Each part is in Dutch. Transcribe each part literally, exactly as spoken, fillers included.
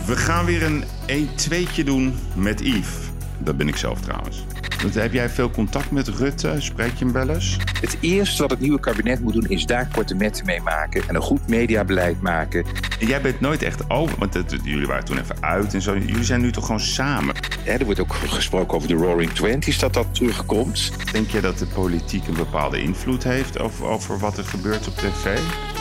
We gaan weer een een tweetje doen met Yves. Dat ben ik zelf trouwens. Heb jij veel contact met Rutte? Spreek je hem wel eens? Het eerste wat het nieuwe kabinet moet doen is daar korte metten mee maken. En een goed mediabeleid maken. En jij bent nooit echt over, want het, jullie waren toen even uit en zo. Jullie zijn nu toch gewoon samen? Ja, er wordt ook gesproken over de Roaring Twenties, dat dat terugkomt. Denk je dat de politiek een bepaalde invloed heeft over, over wat er gebeurt op tv?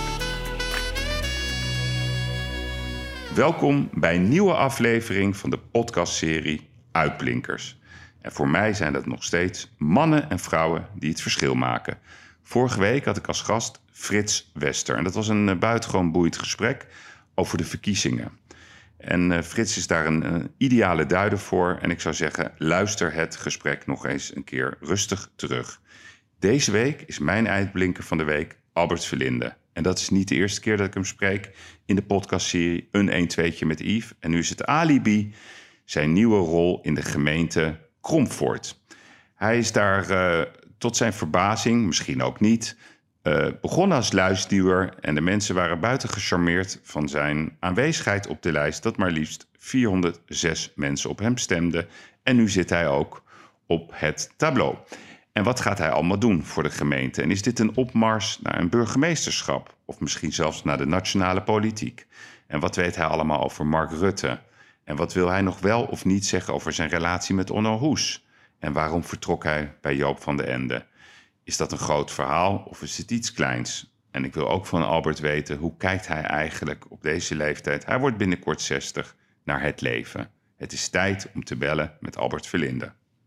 Welkom bij een nieuwe aflevering van de podcastserie Uitblinkers. En voor mij zijn dat nog steeds mannen en vrouwen die het verschil maken. Vorige week had ik als gast Frits Wester. En dat was een buitengewoon boeiend gesprek over de verkiezingen. En uh, Frits is daar een, een ideale duider voor. En ik zou zeggen, luister het gesprek nog eens een keer rustig terug. Deze week is mijn uitblinker van de week Albert Verlinde. En dat is niet de eerste keer dat ik hem spreek in de podcastserie Een een tweetje met Yves. En nu is het alibi zijn nieuwe rol in de gemeente Kromvoort. Hij is daar uh, tot zijn verbazing, misschien ook niet, uh, begonnen als luisduwer. En de mensen waren buiten gecharmeerd van zijn aanwezigheid op de lijst, dat maar liefst vierhonderdzes mensen op hem stemden. En nu zit hij ook op het tableau. En wat gaat hij allemaal doen voor de gemeente? En is dit een opmars naar een burgemeesterschap? Of misschien zelfs naar de nationale politiek? En wat weet hij allemaal over Mark Rutte? En wat wil hij nog wel of niet zeggen over zijn relatie met Onno Hoes? En waarom vertrok hij bij Joop van den Ende? Is dat een groot verhaal of is het iets kleins? En ik wil ook van Albert weten, hoe kijkt hij eigenlijk op deze leeftijd? Hij wordt binnenkort zestig, naar het leven. Het is tijd om te bellen met Albert Verlinde.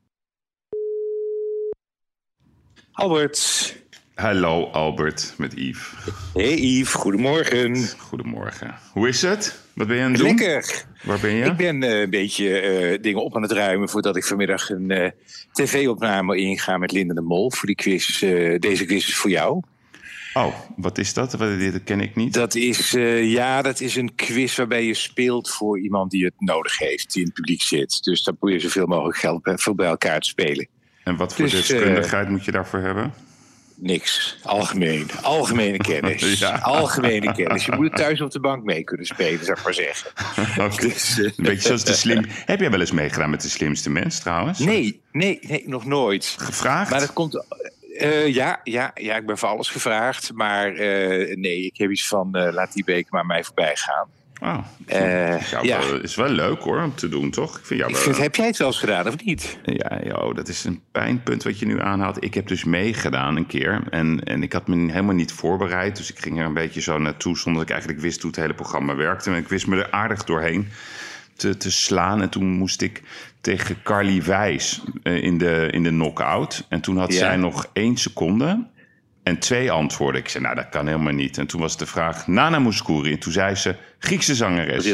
Albert. Hallo Albert, met Yves. Hey Yves, goedemorgen. Goedemorgen. Hoe is het? Wat ben je aan het doen? Lekker. Waar ben je? Ik ben uh, een beetje uh, dingen op aan het ruimen voordat ik vanmiddag een uh, tv-opname inga met Linda de Mol voor die quiz. Uh, deze quiz is voor jou. Oh, wat is dat? Dat ken ik niet. Dat is, uh, ja, dat is een quiz waarbij je speelt voor iemand die het nodig heeft, die in het publiek zit. Dus dan probeer je zoveel mogelijk geld veel bij elkaar te spelen. En wat voor dus, deskundigheid uh, moet je daarvoor hebben? Niks. Algemeen. Algemene kennis. Ja. Algemene kennis. Je moet het thuis op de bank mee kunnen spelen, zou ik maar zeggen. Okay. Dus, uh, een beetje zoals de slim. Heb jij wel eens meegedaan met De Slimste Mens trouwens? Nee, nee, nee, nog nooit. Gevraagd? Maar dat komt. Uh, ja, ja, ja, ik ben voor alles gevraagd. Maar uh, nee, ik heb iets van uh, laat die week maar mij voorbij gaan. Oh, uh, ja, wel, is wel leuk hoor om te doen, toch? Ik vind jou ik vind, wel... Heb jij het wel eens gedaan of niet? Ja, joh, dat is een pijnpunt wat je nu aanhaalt. Ik heb dus meegedaan een keer en, en ik had me helemaal niet voorbereid. Dus ik ging er een beetje zo naartoe zonder dat ik eigenlijk wist hoe het hele programma werkte. En ik wist me er aardig doorheen te, te slaan. En toen moest ik tegen Carly Wijs uh, in de, in de knock-out. En toen had ja. zij nog één seconde en twee antwoorden. Ik zei, nou, dat kan helemaal niet. En toen was de vraag Nana Mouskouri. En toen zei ze, Griekse zangeres.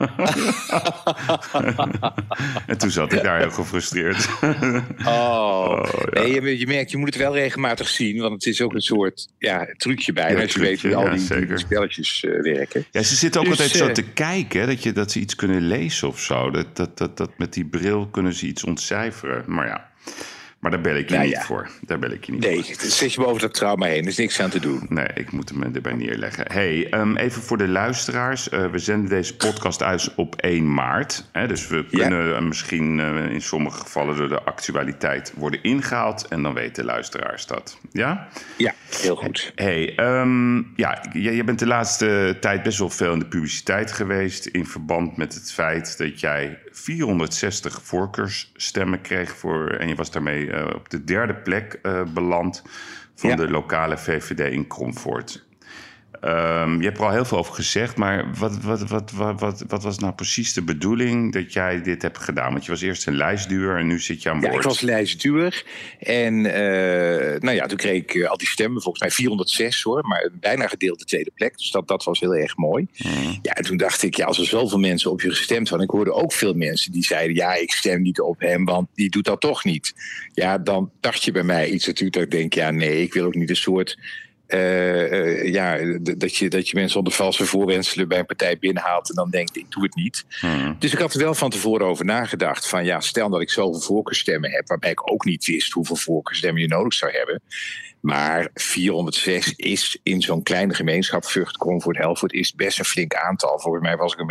En toen zat ik daar heel gefrustreerd. Oh, oh ja. Nee, je, je merkt, je moet het wel regelmatig zien. Want het is ook een soort ja, trucje bij. Ja, als je weet hoe al die, ja, die spelletjes uh, werken. Ja, ze zitten ook dus, altijd zo uh, te kijken. Dat, je, dat ze iets kunnen lezen of zo. Dat, dat, dat, dat met die bril kunnen ze iets ontcijferen. Maar ja. Maar daar bel ik je nou, niet ja. voor. Daar bel ik je niet nee, voor. Nee, zit je boven dat trauma heen. Er is niks aan te doen. Nee, ik moet hem erbij neerleggen. Hey, um, even voor de luisteraars. Uh, we zenden deze podcast uit op één maart. Hè, dus we kunnen ja. misschien uh, in sommige gevallen door de actualiteit worden ingehaald. En dan weten luisteraars dat. Ja? Ja, heel goed. Hey, um, ja, je, je bent de laatste tijd best wel veel in de publiciteit geweest. In verband met het feit dat jij vierhonderdzestig voorkeursstemmen kreeg voor. En je was daarmee Uh, op de derde plek uh, beland van ja. de lokale V V D in Kromvoort. Um, je hebt er al heel veel over gezegd, maar wat, wat, wat, wat, wat, wat was nou precies de bedoeling dat jij dit hebt gedaan? Want je was eerst een lijstduwer en nu zit je aan boord. Ja, ik was lijstduwer en uh, nou ja, toen kreeg ik uh, al die stemmen, volgens mij vierhonderdzes hoor, maar bijna gedeeld de tweede plek. Dus dat, dat was heel erg mooi. Mm. Ja, en toen dacht ik, ja, als er zoveel mensen op je gestemd hadden, ik hoorde ook veel mensen die zeiden, ja, ik stem niet op hem, want die doet dat toch niet. Ja, dan dacht je bij mij iets natuurlijk dat ik denk, ja, nee, ik wil ook niet een soort Uh, uh, ja, d- dat, je, dat je mensen onder valse voorwendselen bij een partij binnenhaalt en dan denkt, ik doe het niet. Hmm. Dus ik had er wel van tevoren over nagedacht van, ja, stel dat ik zoveel voorkeurstemmen heb, waarbij ik ook niet wist hoeveel voorkeurstemmen je nodig zou hebben. Maar vierhonderdzes is in zo'n kleine gemeenschap, Vught, Kromvoort, Helvoort, is best een flink aantal. Volgens mij was ik er met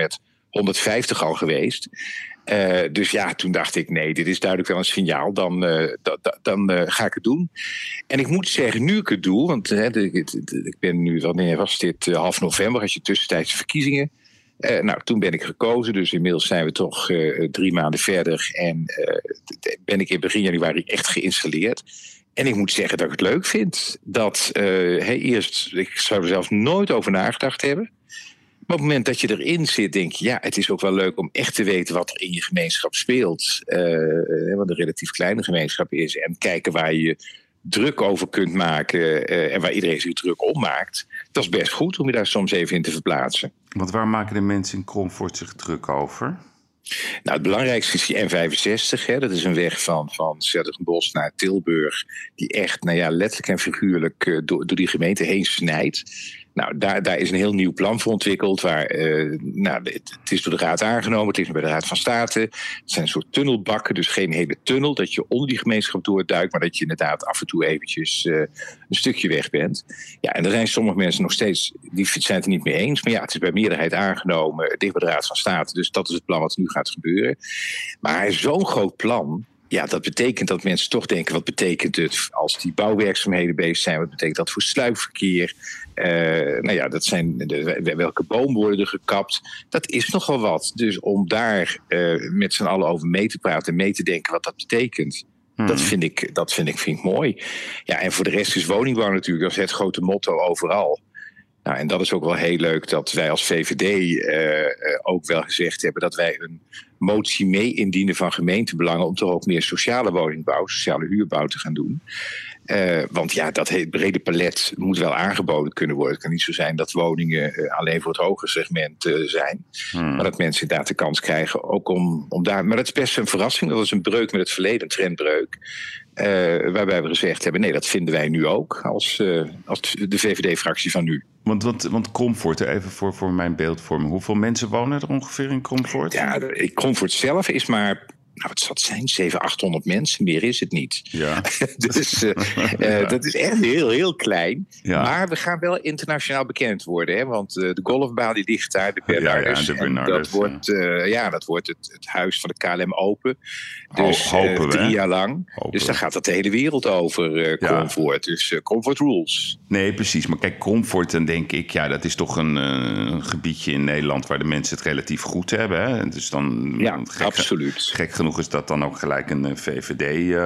honderdvijftig al geweest. Uh, dus ja, toen dacht ik, nee, dit is duidelijk wel een signaal. Dan, uh, da, da, dan uh, ga ik het doen. En ik moet zeggen, nu ik het doe... want uh, ik, ik ben nu, wanneer was dit, uh, half november... als je tussentijdse verkiezingen... Uh, nou, toen ben ik gekozen, dus inmiddels zijn we toch uh, drie maanden verder... en uh, ben ik in begin januari echt geïnstalleerd... En ik moet zeggen dat ik het leuk vind. Dat uh, hey, eerst, ik zou er zelfs nooit over nagedacht hebben... Maar op het moment dat je erin zit, denk je... ja, het is ook wel leuk om echt te weten wat er in je gemeenschap speelt. Uh, wat een relatief kleine gemeenschap is. En kijken waar je druk over kunt maken... Uh, en waar iedereen zich druk om maakt. Dat is best goed om je daar soms even in te verplaatsen. Want waar maken de mensen in Kromvoort zich druk over? Nou, het belangrijkste is die N vijfenzestig. Hè. Dat is een weg van, van 's-Hertogenbosch naar Tilburg... die echt, nou ja, letterlijk en figuurlijk uh, door, door die gemeente heen snijdt. Nou, daar, daar is een heel nieuw plan voor ontwikkeld. Waar, uh, nou, het, het is door de Raad aangenomen, het is bij de Raad van State. Het zijn een soort tunnelbakken, dus geen hele tunnel... dat je onder die gemeenschap doorduikt... maar dat je inderdaad af en toe eventjes uh, een stukje weg bent. Ja, en er zijn sommige mensen nog steeds... die zijn het er niet mee eens. Maar ja, het is bij meerderheid aangenomen... dicht bij de Raad van State. Dus dat is het plan wat nu gaat gebeuren. Maar zo'n groot plan... ja, dat betekent dat mensen toch denken... wat betekent het als die bouwwerkzaamheden bezig zijn? Wat betekent dat voor sluipverkeer? Uh, nou ja, dat zijn de, welke bomen worden er gekapt? Dat is nogal wat. Dus om daar uh, met z'n allen over mee te praten... en mee te denken wat dat betekent... Hmm. Dat, vind ik, dat vind ik, vind ik mooi. Ja, en voor de rest is woningbouw natuurlijk... dat is het grote motto overal. Nou, en dat is ook wel heel leuk dat wij als V V D uh, uh, ook wel gezegd hebben... dat wij een motie mee indienen van gemeentebelangen... om toch ook meer sociale woningbouw, sociale huurbouw te gaan doen. Uh, want ja, dat brede palet moet wel aangeboden kunnen worden. Het kan niet zo zijn dat woningen uh, alleen voor het hoge segment uh, zijn. Hmm. Maar dat mensen inderdaad de kans krijgen ook om, om daar... Maar dat is best een verrassing. Dat is een breuk met het verleden, een trendbreuk. Uh, waarbij we gezegd hebben, nee, dat vinden wij nu ook als, uh, als de V V D-fractie van nu. Want, want, want Kromvoort, even voor, voor mijn beeldvorming. Hoeveel mensen wonen er ongeveer in Kromvoort? Ja, Kromvoort zelf is maar... Nou, het zal zijn, zevenhonderd, achthonderd mensen. Meer is het niet. Ja. dus uh, ja. Uh, dat is echt heel, heel klein. Ja. Maar we gaan wel internationaal bekend worden. Hè? Want uh, de golfbaan die ligt daar, de Bernardus. Ja, ja, de Bernardus en dat, ja. wordt, uh, ja, dat wordt het, het huis van de K L M Open. Dus Hopen uh, drie we, jaar lang. Hopen. Dus daar gaat het de hele wereld over, uh, Kromvoort. Ja. Dus uh, Kromvoort rules. Nee, precies. Maar kijk, Kromvoort, dan denk ik... ja, dat is toch een, uh, een gebiedje in Nederland... waar de mensen het relatief goed hebben. Hè? Dus dan, ja, gek, absoluut. Gek genoeg is dat dan ook gelijk een V V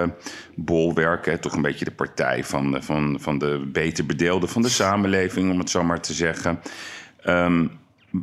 D-bolwerk. Uh, toch een beetje de partij van, van, van de beter bedeelden van de samenleving... om het zo maar te zeggen. Um,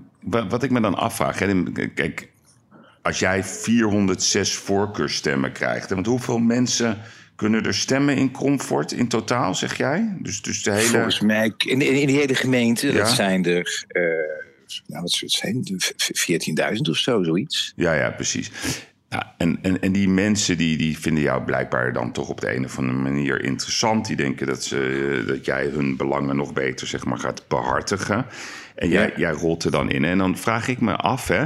wat ik me dan afvraag... Hè, kijk, als jij vierhonderdzes voorkeurstemmen krijgt... want hoeveel mensen... kunnen er stemmen in Kromvoort in totaal, zeg jij? Dus, dus de hele... Volgens mij, in, in, in die hele gemeente, ja? Dat zijn er... Uh, nou, wat zijn veertienduizend of zo, zoiets. Ja, ja, precies. Ja, en, en, en die mensen die, die vinden jou blijkbaar dan toch op de een of andere manier interessant. Die denken dat, ze, dat jij hun belangen nog beter, zeg maar, gaat behartigen. En jij, ja. jij rolt er dan in. En dan vraag ik me af, hè...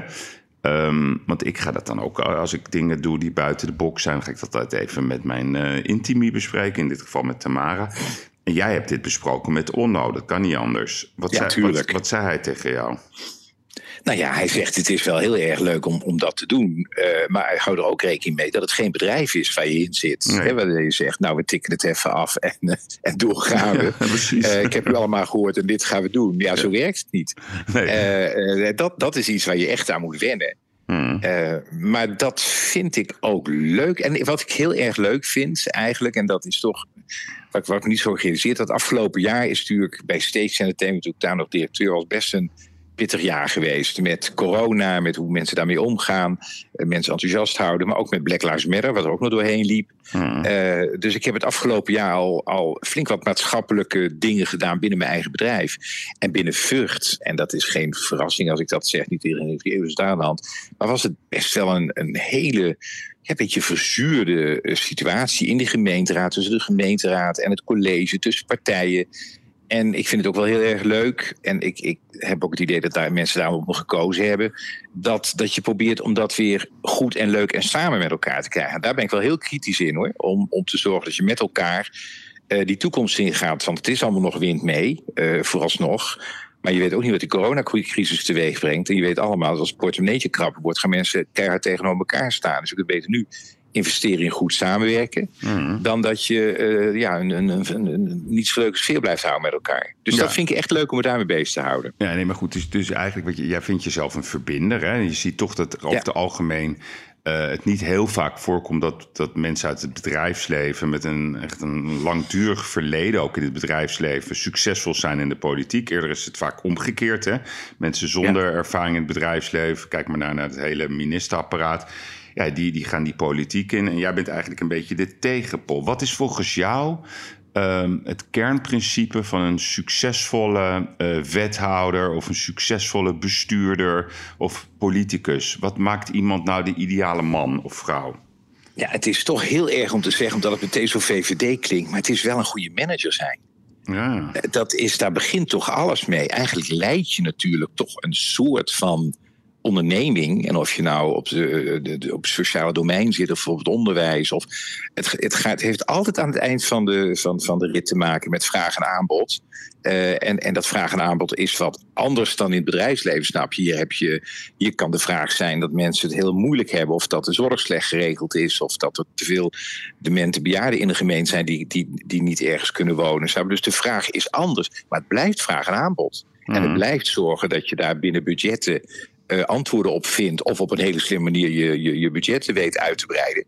Um, want ik ga dat dan ook, als ik dingen doe die buiten de box zijn... ga ik dat altijd even met mijn uh, intimie bespreken. In dit geval met Tamara. En jij hebt dit besproken met Onno. Dat kan niet anders. Wat, ja, zei, wat, wat zei hij tegen jou? Nou ja, hij zegt het is wel heel erg leuk om, om dat te doen. Uh, maar hij houdt er ook rekening mee dat het geen bedrijf is waar je in zit. Nee. Hè, waar je zegt, nou we tikken het even af en, uh, en doorgaan we. Ja, uh, ik heb u allemaal gehoord en dit gaan we doen. Ja, zo ja. werkt het niet. Nee. Uh, uh, dat, dat is iets waar je echt aan moet wennen. Hmm. Uh, maar dat vind ik ook leuk. En wat ik heel erg leuk vind eigenlijk, en dat is toch... wat, wat ik niet zo gerealiseerd had, afgelopen jaar is natuurlijk bij Stage Entertainment, toen ik daar nog directeur was, best een pittig jaar geweest. Met corona, met hoe mensen daarmee omgaan. Mensen enthousiast houden. Maar ook met Black Lives Matter, wat er ook nog doorheen liep. Hmm. Uh, dus ik heb het afgelopen jaar al, al flink wat maatschappelijke dingen gedaan binnen mijn eigen bedrijf. En binnen Vught, en dat is geen verrassing als ik dat zeg, niet iedereen heeft die eeuwig daar aan de hand. Maar was het best wel een, een hele... Ja, een beetje verzuurde situatie in de gemeenteraad, tussen de gemeenteraad en het college, tussen partijen. En ik vind het ook wel heel erg leuk. En ik, ik heb ook het idee dat daar mensen daarom op gekozen hebben. Dat, dat je probeert om dat weer goed en leuk en samen met elkaar te krijgen. Daar ben ik wel heel kritisch in hoor. Om, om te zorgen dat je met elkaar uh, die toekomst ingaat. Want het is allemaal nog wind mee, uh, vooralsnog. Maar je weet ook niet wat die coronacrisis teweeg brengt. En je weet allemaal, als het portemonneetje krapper wordt, gaan mensen keihard tegenover elkaar staan. Dus we kunnen beter nu investeren in goed samenwerken, mm. dan dat je uh, ja, een, een, een, een niet zo leuke sfeer blijft houden met elkaar. Dus ja. dat vind ik echt leuk om me daarmee bezig te houden. Ja, nee, maar goed, dus, dus eigenlijk, wat je, jij vindt jezelf een verbinder. Hè? Je ziet toch dat over ja. het algemeen uh, het niet heel vaak voorkomt dat, dat mensen uit het bedrijfsleven met een echt een langdurig verleden, ook in het bedrijfsleven, succesvol zijn in de politiek. Eerder is het vaak omgekeerd. Hè? Mensen zonder ja. ervaring in het bedrijfsleven, kijk maar naar, naar het hele ministerapparaat. Ja, die, die gaan die politiek in. En jij bent eigenlijk een beetje de tegenpol. Wat is volgens jou um, het kernprincipe van een succesvolle uh, wethouder of een succesvolle bestuurder of politicus? Wat maakt iemand nou de ideale man of vrouw? Ja, het is toch heel erg om te zeggen, omdat het meteen zo V V D klinkt, maar het is wel een goede manager zijn. Ja. Dat is, daar begint toch alles mee. Eigenlijk leid je natuurlijk toch een soort van onderneming, en of je nou op, de, de, de, op het sociale domein zit of op het onderwijs, of het, het, gaat, het heeft altijd aan het eind van de, van, van de rit te maken met vraag en aanbod. Uh, en, en dat vraag en aanbod is wat anders dan in het bedrijfsleven, snap je. Hier, heb je. hier kan de vraag zijn dat mensen het heel moeilijk hebben, of dat de zorg slecht geregeld is, of dat er te veel demente bejaarden in de gemeente zijn die, die, die niet ergens kunnen wonen. Dus de vraag is anders, maar het blijft vraag en aanbod. Mm. En het blijft zorgen dat je daar binnen budgetten Uh, antwoorden op vindt, of op een hele slimme manier je, je, je budgetten weet uit te breiden.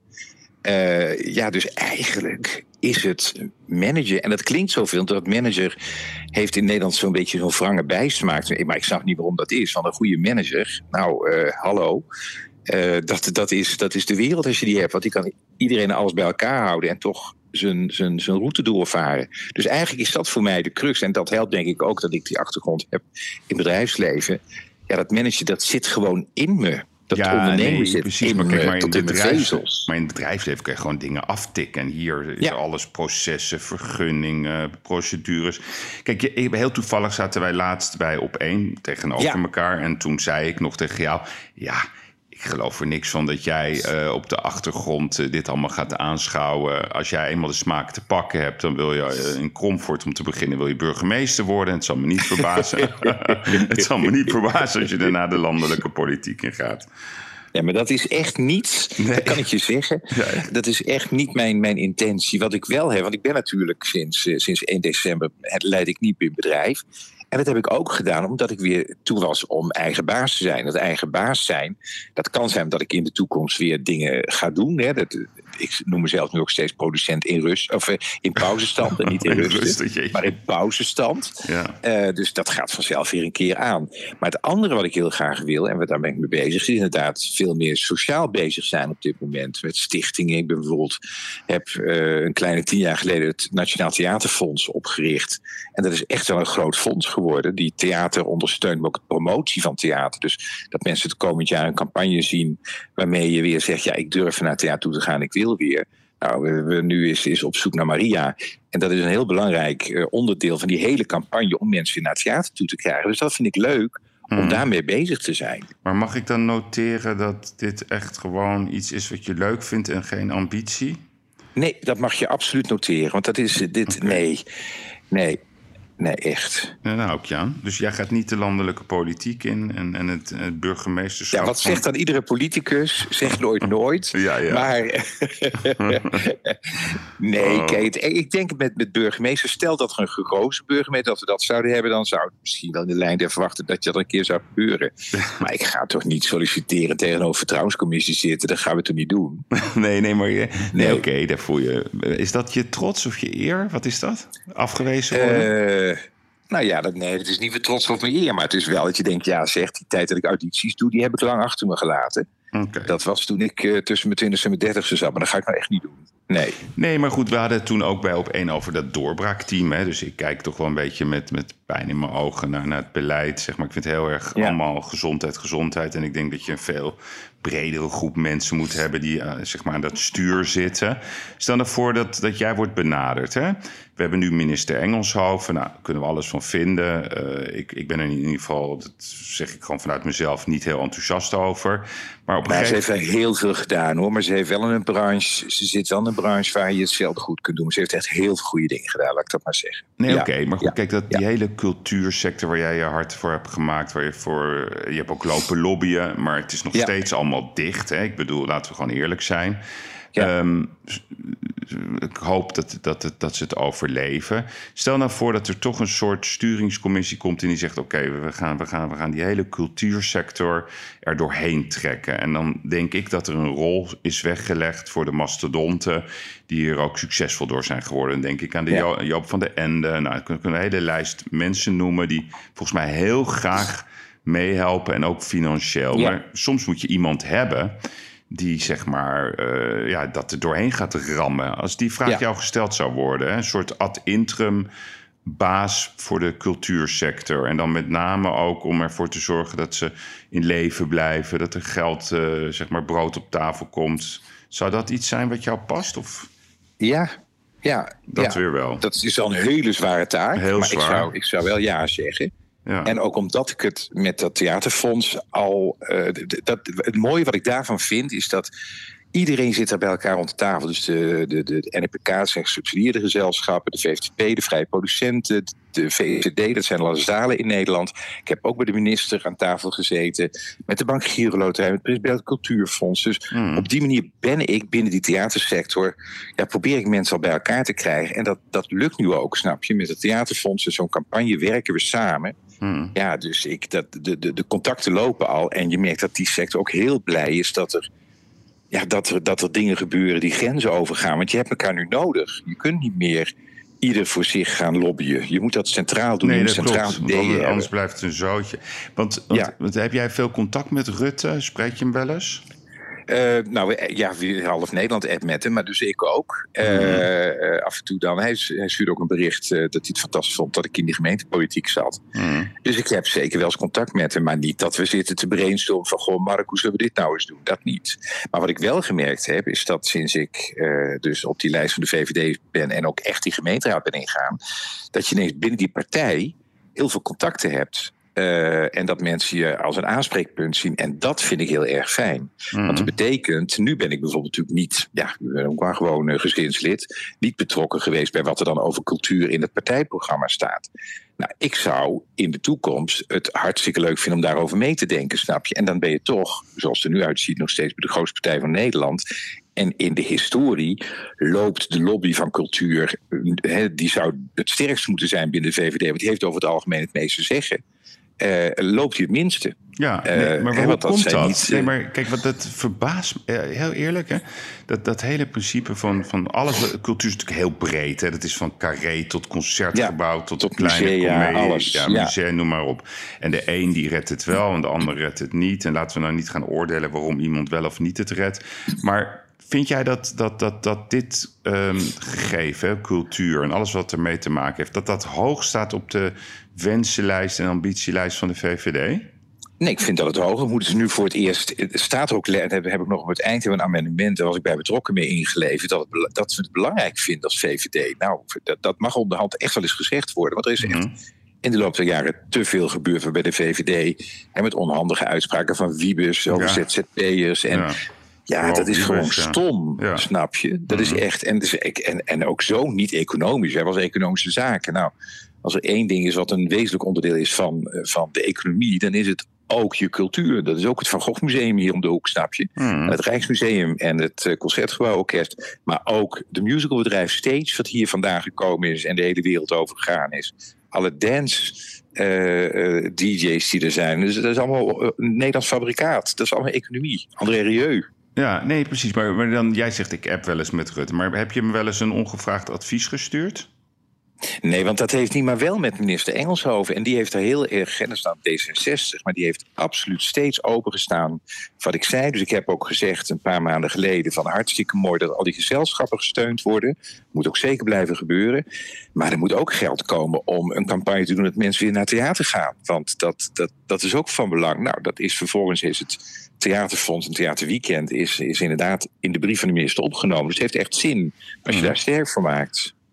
Uh, ja, dus eigenlijk is het manager, en dat klinkt zoveel, want dat manager heeft in Nederland zo'n beetje zo'n wrange bijsmaak. Maar ik snap niet waarom dat is, want een goede manager, nou, uh, hallo, uh, dat, dat, is, dat is de wereld als je die hebt, want die kan iedereen alles bij elkaar houden en toch zijn, zijn, zijn route doorvaren. Dus eigenlijk is dat voor mij de crux, en dat helpt denk ik ook dat ik die achtergrond heb in bedrijfsleven. Ja, dat managen, dat zit gewoon in me. Dat ja, ondernemen nee, zit precies, in maar kijk, me, maar in tot in mijn vezels. Maar in het bedrijfsleven kun je gewoon dingen aftikken. En hier is ja. alles processen, vergunningen, procedures. Kijk, heel toevallig zaten wij laatst bij Op één tegenover ja. elkaar. En toen zei ik nog tegen jou, ja, ik geloof er niks van dat jij uh, op de achtergrond uh, dit allemaal gaat aanschouwen. Als jij eenmaal de smaak te pakken hebt, dan wil je uh, in Kromvoort om te beginnen, wil je burgemeester worden. Het zal me niet verbazen. Het zal me niet verbazen als je daarna de landelijke politiek in gaat. Ja, maar dat is echt niet, nee. dat kan ik je zeggen. Ja. Dat is echt niet mijn, mijn intentie. Wat ik wel heb, want ik ben natuurlijk sinds, uh, sinds één december, het leid ik niet meer bedrijf. En dat heb ik ook gedaan omdat ik weer toe was om eigen baas te zijn. Dat eigen baas zijn, dat kan zijn dat ik in de toekomst weer dingen ga doen. Hè. Dat, ik noem mezelf nu ook steeds producent in rust, of uh, in pauzestand en niet in, in rust, rust maar in pauzestand. Ja. Uh, dus dat gaat vanzelf weer een keer aan. Maar het andere wat ik heel graag wil, en daar ben ik mee bezig, is inderdaad veel meer sociaal bezig zijn op dit moment. Met stichtingen. Ik ben bijvoorbeeld, heb uh, een kleine tien jaar geleden het Nationaal Theaterfonds opgericht. En dat is echt wel een groot fonds geworden, die theater ondersteunt, maar ook de promotie van theater. Dus dat mensen het komend jaar een campagne zien waarmee je weer zegt, ja, ik durf naar theater toe te gaan, ik wil weer. Nou, we, we nu is, is op zoek naar Maria. En dat is een heel belangrijk uh, onderdeel van die hele campagne om mensen weer naar het theater toe te krijgen. Dus dat vind ik leuk om hmm. daarmee bezig te zijn. Maar mag ik dan noteren dat dit echt gewoon iets is wat je leuk vindt en geen ambitie? Nee, dat mag je absoluut noteren. Want dat is dit. Okay. Nee, nee. Nee, echt. Ja, nou, ook Jan. Dus jij gaat niet de landelijke politiek in en, en het, het burgemeesterschap. Ja, wat zegt dan iedere politicus? Zeg nooit nooit. Ja, ja. Maar nee, oh. kijk, ik denk met, met burgemeester, stel dat er een gekozen burgemeester, dat we dat zouden hebben, dan zou het misschien wel in de lijn der verwachten dat je dat een keer zou gebeuren. Maar ik ga toch niet solliciteren tegenover vertrouwenscommissie zitten. Dat gaan we toch niet doen? Nee, nee, maar nee, nee. oké, okay, daar voel je. Is dat je trots of je eer? Wat is dat? Afgewezen worden? Uh, Uh, nou ja, dat, nee, het is niet weer trots op mijn eer. Maar het is wel dat je denkt, ja zeg, die tijd dat ik audities doe, die heb ik lang achter me gelaten. Okay. Dat was toen ik uh, tussen mijn twintigste en mijn dertigste zat. Maar dat ga ik nou echt niet doen. Nee. Nee, maar goed, we hadden het toen ook bij Op één over dat doorbraakteam. Hè? Dus ik kijk toch wel een beetje met, met pijn in mijn ogen naar, naar het beleid. Zeg maar. Ik vind het heel erg ja. allemaal gezondheid, gezondheid. En ik denk dat je een veel bredere groep mensen moet hebben die uh, zeg maar aan dat stuur zitten. Stel nou voor dat, dat jij wordt benaderd. Hè? We hebben nu minister Engelshoven. Nou, daar kunnen we alles van vinden. Uh, ik, ik ben er in ieder geval, dat zeg ik gewoon vanuit mezelf, niet heel enthousiast over. Maar op een maar gegeven... ze heeft heel veel gedaan hoor. Maar ze heeft wel in een branche, ze zit wel in een een branche waar je hetzelfde goed kunt doen. Ze heeft echt heel veel goede dingen gedaan, laat ik dat maar zeggen. Nee, ja. oké, okay, maar goed, ja. kijk, dat, die ja. hele cultuursector waar jij je hart voor hebt gemaakt, waar je voor, je hebt ook lopen lobbyen, maar het is nog ja. steeds allemaal dicht. Hè? Ik bedoel, laten we gewoon eerlijk zijn. Ja. Um, ik hoop dat, dat, dat ze het overleven. Stel nou voor dat er toch een soort sturingscommissie komt en die zegt, oké, okay, we, gaan, we, gaan, we gaan die hele cultuursector er doorheen trekken. En dan denk ik dat er een rol is weggelegd voor de mastodonten die hier ook succesvol door zijn geworden. Dan denk ik aan de ja. Joop van den Ende. Nou, ik kan een hele lijst mensen noemen die volgens mij heel graag meehelpen en ook financieel. Ja. Maar soms moet je iemand hebben die zeg maar uh, ja, dat er doorheen gaat rammen. Als die vraag ja. jou gesteld zou worden, hè, een soort ad interim baas voor de cultuursector. En dan met name ook om ervoor te zorgen dat ze in leven blijven, dat er geld, uh, zeg maar brood op tafel komt. Zou dat iets zijn wat jou past? Of? Ja, ja. Dat ja. weer wel. Dat is al een hele zware taak. Heel maar zwaar. Ik, zou, ik zou wel ja zeggen. Ja. En ook omdat ik het met dat theaterfonds al... Uh, dat, het mooie wat ik daarvan vind is dat iedereen zit er bij elkaar rond de tafel. Dus de, de, de N P K, zijn gesubsidieerde gezelschappen, de V V T P, de vrije producenten, de V E C D, dat zijn alle zalen in Nederland. Ik heb ook bij de minister aan tafel gezeten, met de Bank Giro Loterij, met het Prins Cultuurfonds. Dus mm. op die manier ben ik binnen die theatersector, ja, probeer ik mensen al bij elkaar te krijgen. En dat, dat lukt nu ook, snap je? Met het theaterfonds en zo'n campagne werken we samen. Hmm. Ja, dus ik, dat, de, de, de contacten lopen al. En je merkt dat die sector ook heel blij is dat er, ja, dat er, dat er dingen gebeuren die grenzen overgaan. Want je hebt elkaar nu nodig. Je kunt niet meer ieder voor zich gaan lobbyen. Je moet dat centraal doen. Nee, dat centraal klopt. Ideeën anders, anders blijft het een zootje. Want, want, ja. want heb jij veel contact met Rutte? Spreek je hem wel eens? Uh, nou ja, half Nederland appt met hem, maar dus ik ook. Uh, uh, af en toe dan. Hij, hij stuurde ook een bericht uh, dat hij het fantastisch vond dat ik in die gemeentepolitiek zat. Mm. Dus ik heb zeker wel eens contact met hem, maar niet dat we zitten te brainstormen van, goh Mark, hoe zullen we dit nou eens doen? Dat niet. Maar wat ik wel gemerkt heb, is dat sinds ik uh, dus op die lijst van de V V D ben en ook echt die gemeenteraad ben ingegaan, dat je ineens binnen die partij heel veel contacten hebt. Uh, en dat mensen je als een aanspreekpunt zien. En dat vind ik heel erg fijn. Mm-hmm. Want dat betekent, nu ben ik bijvoorbeeld natuurlijk niet, ja, ik ben ook maar gewoon uh, gezinslid, niet betrokken geweest bij wat er dan over cultuur in het partijprogramma staat. Nou, ik zou in de toekomst het hartstikke leuk vinden om daarover mee te denken, snap je? En dan ben je toch, zoals het er nu uitziet, nog steeds bij de grootste partij van Nederland. En in de historie loopt de lobby van cultuur, he, die zou het sterkst moeten zijn binnen de V V D, want die heeft over het algemeen het meeste te zeggen. Uh, loopt hij het minste. Ja, nee, maar waarom uh, komt dat? Niet, uh... nee, maar kijk, wat dat verbaast me, uh, heel eerlijk, hè? Dat, dat hele principe van, van alles, cultuur is natuurlijk heel breed. Hè? Dat is van carré tot concertgebouw, ja, tot, tot kleine musea, comedie, alles. Ja, ja. musea, noem maar op. En de een die redt het wel en de ander redt het niet. En laten we nou niet gaan oordelen waarom iemand wel of niet het redt. Maar vind jij dat, dat, dat, dat dit um, gegeven, cultuur en alles wat ermee te maken heeft, dat dat hoog staat op de wensenlijst en ambitielijst van de V V D? Nee, ik vind dat het hoger moet. Dus nu voor het eerst, het staat er ook, dat heb ik nog op het eind een amendement, daar was ik bij betrokken mee ingeleverd, dat, het, dat we het belangrijk vinden als V V D. Nou, dat, dat mag onderhand echt wel eens gezegd worden, want er is echt mm-hmm. in de loop der jaren te veel gebeurd bij de V V D. En met onhandige uitspraken van Wiebes over ja. Z Z P'ers en... Ja. Ja, wow, dat is gewoon best, stom, ja. snap je? Dat mm-hmm. is echt, en, dus, en, en ook zo niet economisch. Hij was economische zaken. Nou, als er één ding is wat een wezenlijk onderdeel is van, van de economie, dan is het ook je cultuur. Dat is ook het Van Gogh Museum hier om de hoek, snap je? Mm-hmm. Het Rijksmuseum en het Concertgebouworkest. Maar ook de musicalbedrijf Stage, wat hier vandaan gekomen is en de hele wereld over gegaan is. Alle dance uh, uh, D J's die er zijn. Dus dat is allemaal uh, een Nederlands fabrikaat. Dat is allemaal economie. André Rieu. Ja, nee, precies. Maar, maar dan, jij zegt, ik app wel eens met Rutte. Maar heb je hem wel eens een ongevraagd advies gestuurd? Nee, want dat heeft niet, maar wel met minister Engelshoven. En die heeft er heel erg, en dat staat D zesenzestig... maar die heeft absoluut steeds opengestaan wat ik zei. Dus ik heb ook gezegd een paar maanden geleden van hartstikke mooi dat al die gezelschappen gesteund worden. Moet ook zeker blijven gebeuren. Maar er moet ook geld komen om een campagne te doen dat mensen weer naar theater gaan. Want dat, dat, dat is ook van belang. Nou, dat is vervolgens is het Theaterfonds en Theaterweekend is, is inderdaad in de brief van de minister opgenomen. Dus het heeft echt zin als je mm. daar sterk voor maakt.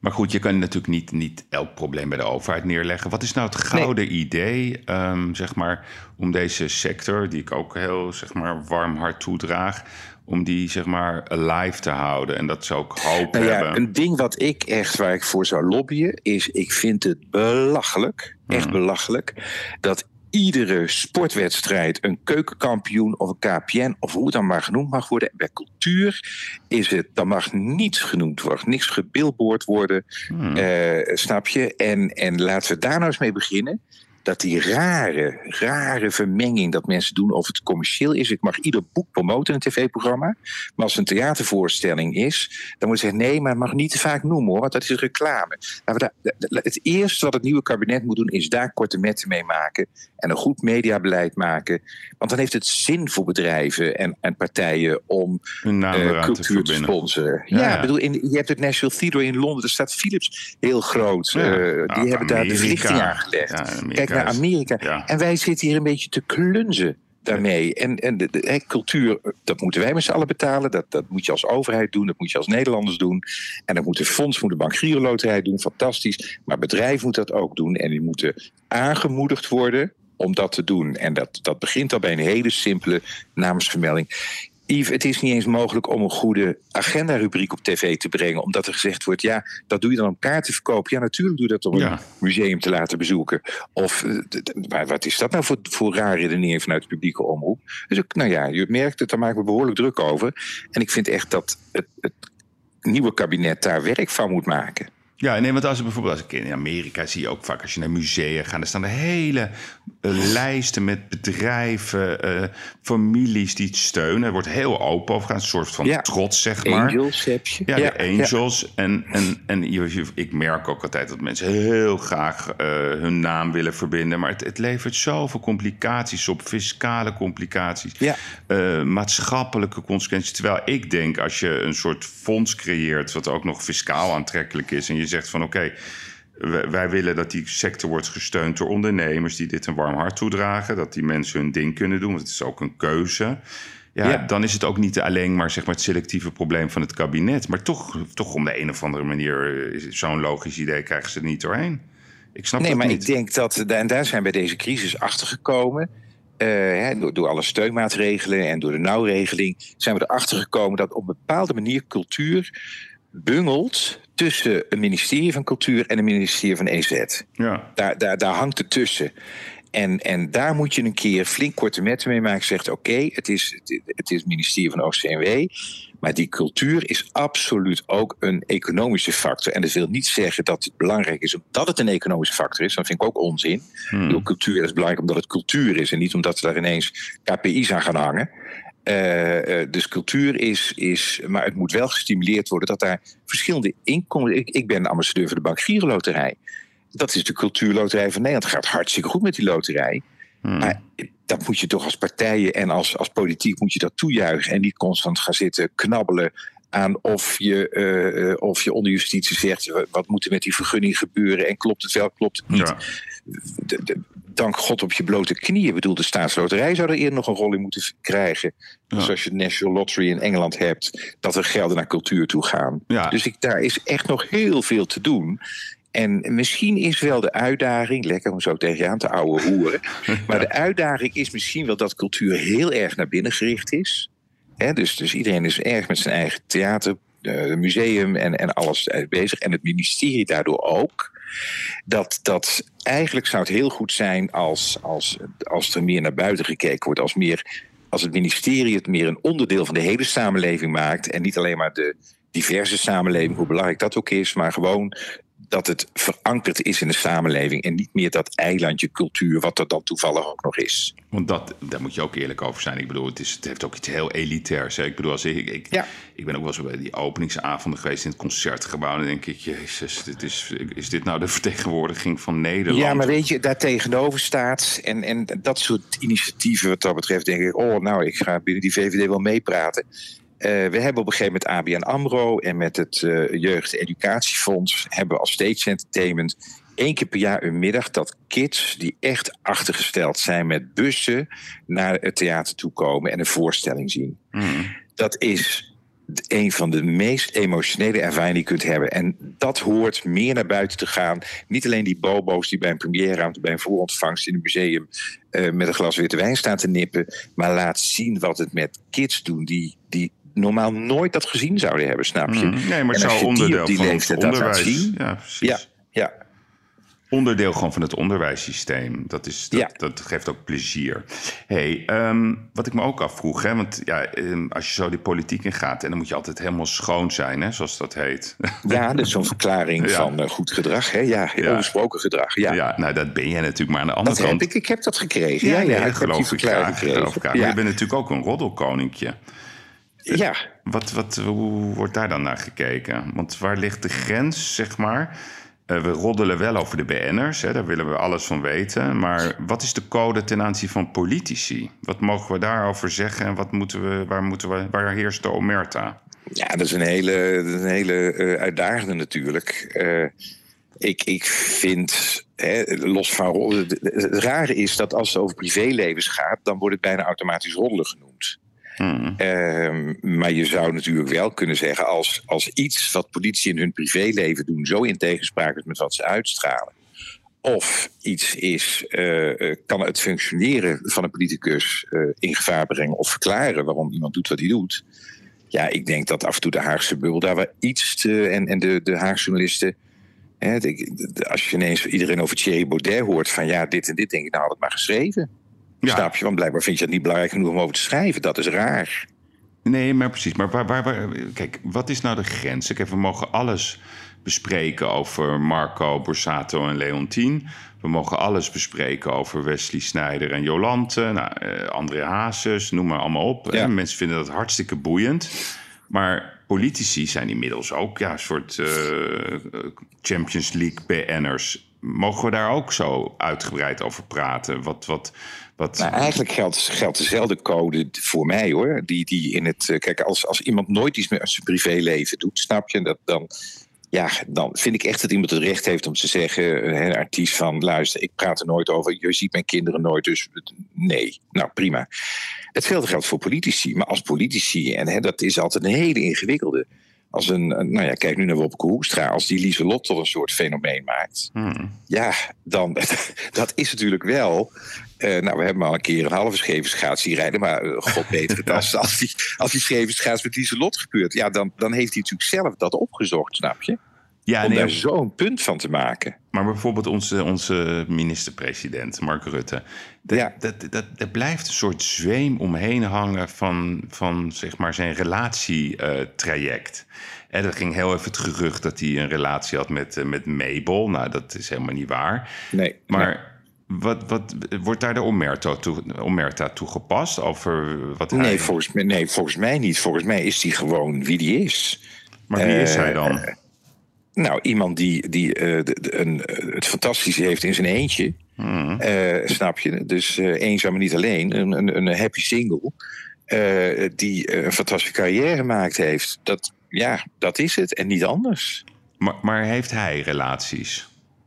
Maar goed, je kan natuurlijk niet, niet elk probleem bij de overheid neerleggen. Wat is nou het gouden nee. idee, um, zeg maar, om deze sector, die ik ook heel, zeg maar, warm hart toedraag, om die, zeg maar, alive te houden en dat ze ook hoop nou ja, hebben? Een ding wat ik echt, waar ik voor zou lobbyen, is, ik vind het belachelijk, echt hmm. belachelijk, dat iedere sportwedstrijd een keukenkampioen of een K P N of hoe het dan maar genoemd mag worden. Bij cultuur is het, dan mag niets genoemd worden, niks gebillboard worden, hmm. uh, snap je? En, en laten we daar nou eens mee beginnen. Dat die rare, rare vermenging dat mensen doen of het commercieel is. Ik mag ieder boek promoten in een tv-programma. Maar als het een theatervoorstelling is, dan moet je zeggen, nee, maar het mag niet te vaak noemen, hoor, want dat is reclame. Laten we daar, het eerste wat het nieuwe kabinet moet doen, is daar korte metten mee maken en een goed mediabeleid maken. Want dan heeft het zin voor bedrijven en, en partijen om uh, cultuur te, te sponsoren. Ja, ja, ja. Bedoel, in, je hebt het National Theatre in Londen, daar staat Philips heel groot. Ja. Uh, die nou, hebben daar de richting aangelegd. Ja, Kijk naar Amerika. Ja. En wij zitten hier een beetje te klunzen daarmee. En, en de, de, de cultuur, dat moeten wij met z'n allen betalen. Dat, dat moet je als overheid doen. Dat moet je als Nederlanders doen. En dat moet de fonds, moet de Bank Giro Loterij doen. Fantastisch. Maar bedrijven moeten dat ook doen. En die moeten aangemoedigd worden om dat te doen. En dat, dat begint al bij een hele simpele namensvermelding. Yves, het is niet eens mogelijk om een goede agenda-rubriek op tv te brengen. Omdat er gezegd wordt, ja, dat doe je dan om kaart te verkopen. Ja, natuurlijk doe je dat om ja. een museum te laten bezoeken. Of, maar wat is dat nou voor, voor raar redenering vanuit de publieke omroep? Dus ook, nou ja, je merkt het, daar maken we behoorlijk druk over. En ik vind echt dat het, het nieuwe kabinet daar werk van moet maken. Ja, nee, want als je bijvoorbeeld als ik in Amerika zie je ook vaak als je naar musea gaat, er staan er hele uh, lijsten met bedrijven, uh, families die het steunen. Er wordt heel open over gaan, een soort van ja. trots, zeg maar. Angels heb je. Ja, ja de Angels. Ja. En, en, en je, ik merk ook altijd dat mensen heel graag uh, hun naam willen verbinden, maar het, het levert zoveel complicaties op, fiscale complicaties, ja. uh, maatschappelijke consequenties. Terwijl ik denk, als je een soort fonds creëert, wat ook nog fiscaal aantrekkelijk is, en je zegt van oké, okay, wij willen dat die sector wordt gesteund door ondernemers die dit een warm hart toedragen, dat die mensen hun ding kunnen doen, want het is ook een keuze. Ja, ja. Dan is het ook niet alleen maar, zeg maar het selectieve probleem van het kabinet, maar toch, toch om de een of andere manier zo'n logisch idee krijgen ze er niet doorheen. Ik snap nee, dat maar niet. Ik denk dat, en daar zijn bij deze crisis achtergekomen, uh, door, door alle steunmaatregelen en door de nauwregeling, zijn we erachter gekomen dat op een bepaalde manier cultuur bungelt tussen een ministerie van Cultuur en een ministerie van E Z. Ja. Daar, daar, daar hangt het tussen. En, en daar moet je een keer flink korte metten mee maken. Zegt oké, okay, het, is, het, het is het ministerie van O C M W, maar die cultuur is absoluut ook een economische factor. En dat wil niet zeggen dat het belangrijk is omdat het een economische factor is. Dat vind ik ook onzin. Hmm. Bedoel, cultuur is belangrijk omdat het cultuur is en niet omdat ze daar ineens K P I's aan gaan hangen. Uh, uh, dus cultuur is, is, maar het moet wel gestimuleerd worden dat daar verschillende inkomsten. Ik, ik ben ambassadeur voor de Bank Giro Loterij. Dat is de cultuurloterij van Nederland. Het gaat hartstikke goed met die loterij. Hmm. Maar dat moet je toch als partijen en als, als politiek moet je dat toejuichen en niet constant gaan zitten knabbelen aan of je, uh, uh, of je onder justitie zegt wat moet er met die vergunning gebeuren en klopt het wel, klopt het niet. Ja. De, de, dank God op je blote knieën. Ik bedoel, de staatsloterij zou er eerder nog een rol in moeten krijgen. Ja. Dus als je de National Lottery in Engeland hebt, dat er gelden naar cultuur toe gaan. Ja. Dus ik, daar is echt nog heel veel te doen. En misschien is wel de uitdaging, lekker om zo tegen je aan te ouwe hoeren, maar de uitdaging is misschien wel dat cultuur heel erg naar binnen gericht is. He, dus, dus iedereen is erg met zijn eigen theater, uh, museum en, en alles bezig. En het ministerie daardoor ook. Dat, dat eigenlijk zou het heel goed zijn als, als, als er meer naar buiten gekeken wordt. Als, meer, als het ministerie het meer een onderdeel van de hele samenleving maakt. En niet alleen maar de diverse samenleving, hoe belangrijk dat ook is. Maar gewoon dat het verankerd is in de samenleving. En niet meer dat eilandje cultuur, wat er dan toevallig ook nog is. Want dat, daar moet je ook eerlijk over zijn. Ik bedoel, het, is, het heeft ook iets heel elitairs. Hè? Ik bedoel, als ik, ik, ja. ik ben ook wel eens bij die openingsavonden geweest in het Concertgebouw. En dan denk ik, jezus, dit is, is dit nou de vertegenwoordiging van Nederland? Ja, maar weet je, daar tegenover staat. En, en dat soort initiatieven wat dat betreft, denk ik, oh, nou, ik ga binnen die V V D wel meepraten. Uh, we hebben op een gegeven moment A B N AMRO en met het uh, Jeugd- en Educatiefonds hebben we als Stage Entertainment één keer per jaar een middag dat kids die echt achtergesteld zijn met bussen naar het theater toe komen en een voorstelling zien. Mm. Dat is een van de meest emotionele ervaringen die je kunt hebben. En dat hoort meer naar buiten te gaan. Niet alleen die bobo's die bij een premièreruimte, bij een voorontvangst in een museum uh, met een glas witte wijn staan te nippen. Maar laat zien wat het met kids doen die, die normaal nooit dat gezien zouden hebben, snap je? Mm, nee, maar het zou onderdeel van het onderwijs. Ja, precies. Ja, ja. Onderdeel gewoon van het onderwijssysteem. Dat, is, dat, ja. dat geeft ook plezier. Hey, um, wat ik me ook afvroeg, hè, want ja, um, als je zo die politiek in gaat, en dan moet je altijd helemaal schoon zijn, hè, zoals dat heet. Ja, dat is zo'n verklaring ja. van uh, goed gedrag, hè? Ja, ja. Onbesproken gedrag. Ja. ja, nou dat ben jij natuurlijk, maar aan de andere dat kant. Heb ik, ik heb dat gekregen. Ja, ja, ja, ja, ik geloof heb die verklaring gekregen. Geloof ik ja. Maar je bent natuurlijk ook een roddelkoninkje. Ja. Wat, wat, hoe wordt daar dan naar gekeken? Want waar ligt de grens, zeg maar? Uh, we roddelen wel over de B N'ers, hè, daar willen we alles van weten. Maar wat is de code ten aanzien van politici? Wat mogen we daarover zeggen en wat moeten we, waar, moeten we, waar heerst de omerta? Ja, dat is een hele, dat is een hele uh, uitdagende natuurlijk. Uh, ik, ik vind, hè, los van roddelen... Het rare is dat als het over privélevens gaat, dan wordt het bijna automatisch roddelen genoemd. Hmm. Uh, maar je zou natuurlijk wel kunnen zeggen, als, als iets wat politici in hun privéleven doen zo in tegenspraak is met wat ze uitstralen, of iets is, uh, kan het functioneren van een politicus uh, in gevaar brengen of verklaren waarom iemand doet wat hij doet. Ja, ik denk dat af en toe de Haagse bubbel daar wel iets te, en, en de, de Haagse journalisten, hè, de, als je ineens iedereen over Thierry Baudet hoort van ja, dit en dit, denk ik, nou had het maar geschreven. Ja. Snap je? Want blijkbaar vind je het niet belangrijk genoeg om over te schrijven. Dat is raar. Nee, maar precies. Maar waar, waar, waar, kijk, wat is nou de grens? Kijk, we mogen alles bespreken over Marco Borsato en Leontien. We mogen alles bespreken over Wesley Snijder en Jolante. Nou, uh, André Hazes, noem maar allemaal op. Ja. Mensen vinden dat hartstikke boeiend. Maar politici zijn inmiddels ook ja, een soort uh, Champions League B N'ers. Mogen we daar ook zo uitgebreid over praten? Wat, wat, wat... Nou, eigenlijk geldt, geldt dezelfde code voor mij, hoor. Die, die in het, kijk, als, als iemand nooit iets meer uit zijn privéleven doet, snap je? Dat, dan, ja, dan vind ik echt dat iemand het recht heeft om te zeggen, een artiest van, luister, ik praat er nooit over. Je ziet mijn kinderen nooit, dus nee. Nou, prima. Hetzelfde geldt voor politici. Maar als politici, en hè, dat is altijd een hele ingewikkelde. Als een, nou ja, kijk nu naar Wopke Hoekstra, als die Lieselot tot een soort fenomeen maakt. Hmm. Ja, dan, dat is natuurlijk wel. Uh, nou, we hebben al een keer een halve scheve schaats zien rijden, maar uh, god beter het als, als die, als die scheve schaats met Lieselot gebeurt. Ja, dan, dan heeft hij natuurlijk zelf dat opgezocht, snap je? Ja, om nee, daar zo'n punt van te maken. Maar bijvoorbeeld onze, onze minister-president, Mark Rutte. Dat, ja. dat, dat, dat blijft een soort zweem omheen hangen van, van zeg maar zijn relatietraject. Uh, en er ging heel even het gerucht dat hij een relatie had met, uh, met Mabel. Nou, dat is helemaal niet waar. Nee. Maar nee. Wat, wat, wordt daar de omerta, toe, omerta toegepast? Over wat hij... nee, volgens mij, nee, volgens mij niet. Volgens mij is hij gewoon wie die is. Maar wie uh, is hij dan? Uh, Nou, iemand die, die uh, de, de, een, het fantastische heeft in zijn eentje. Mm. Uh, snap je? Dus uh, eenzaam maar niet alleen. Een, een, een happy single. Uh, die uh, een fantastische carrière gemaakt heeft. Dat, ja, dat is het. En niet anders. Maar, maar heeft hij relaties?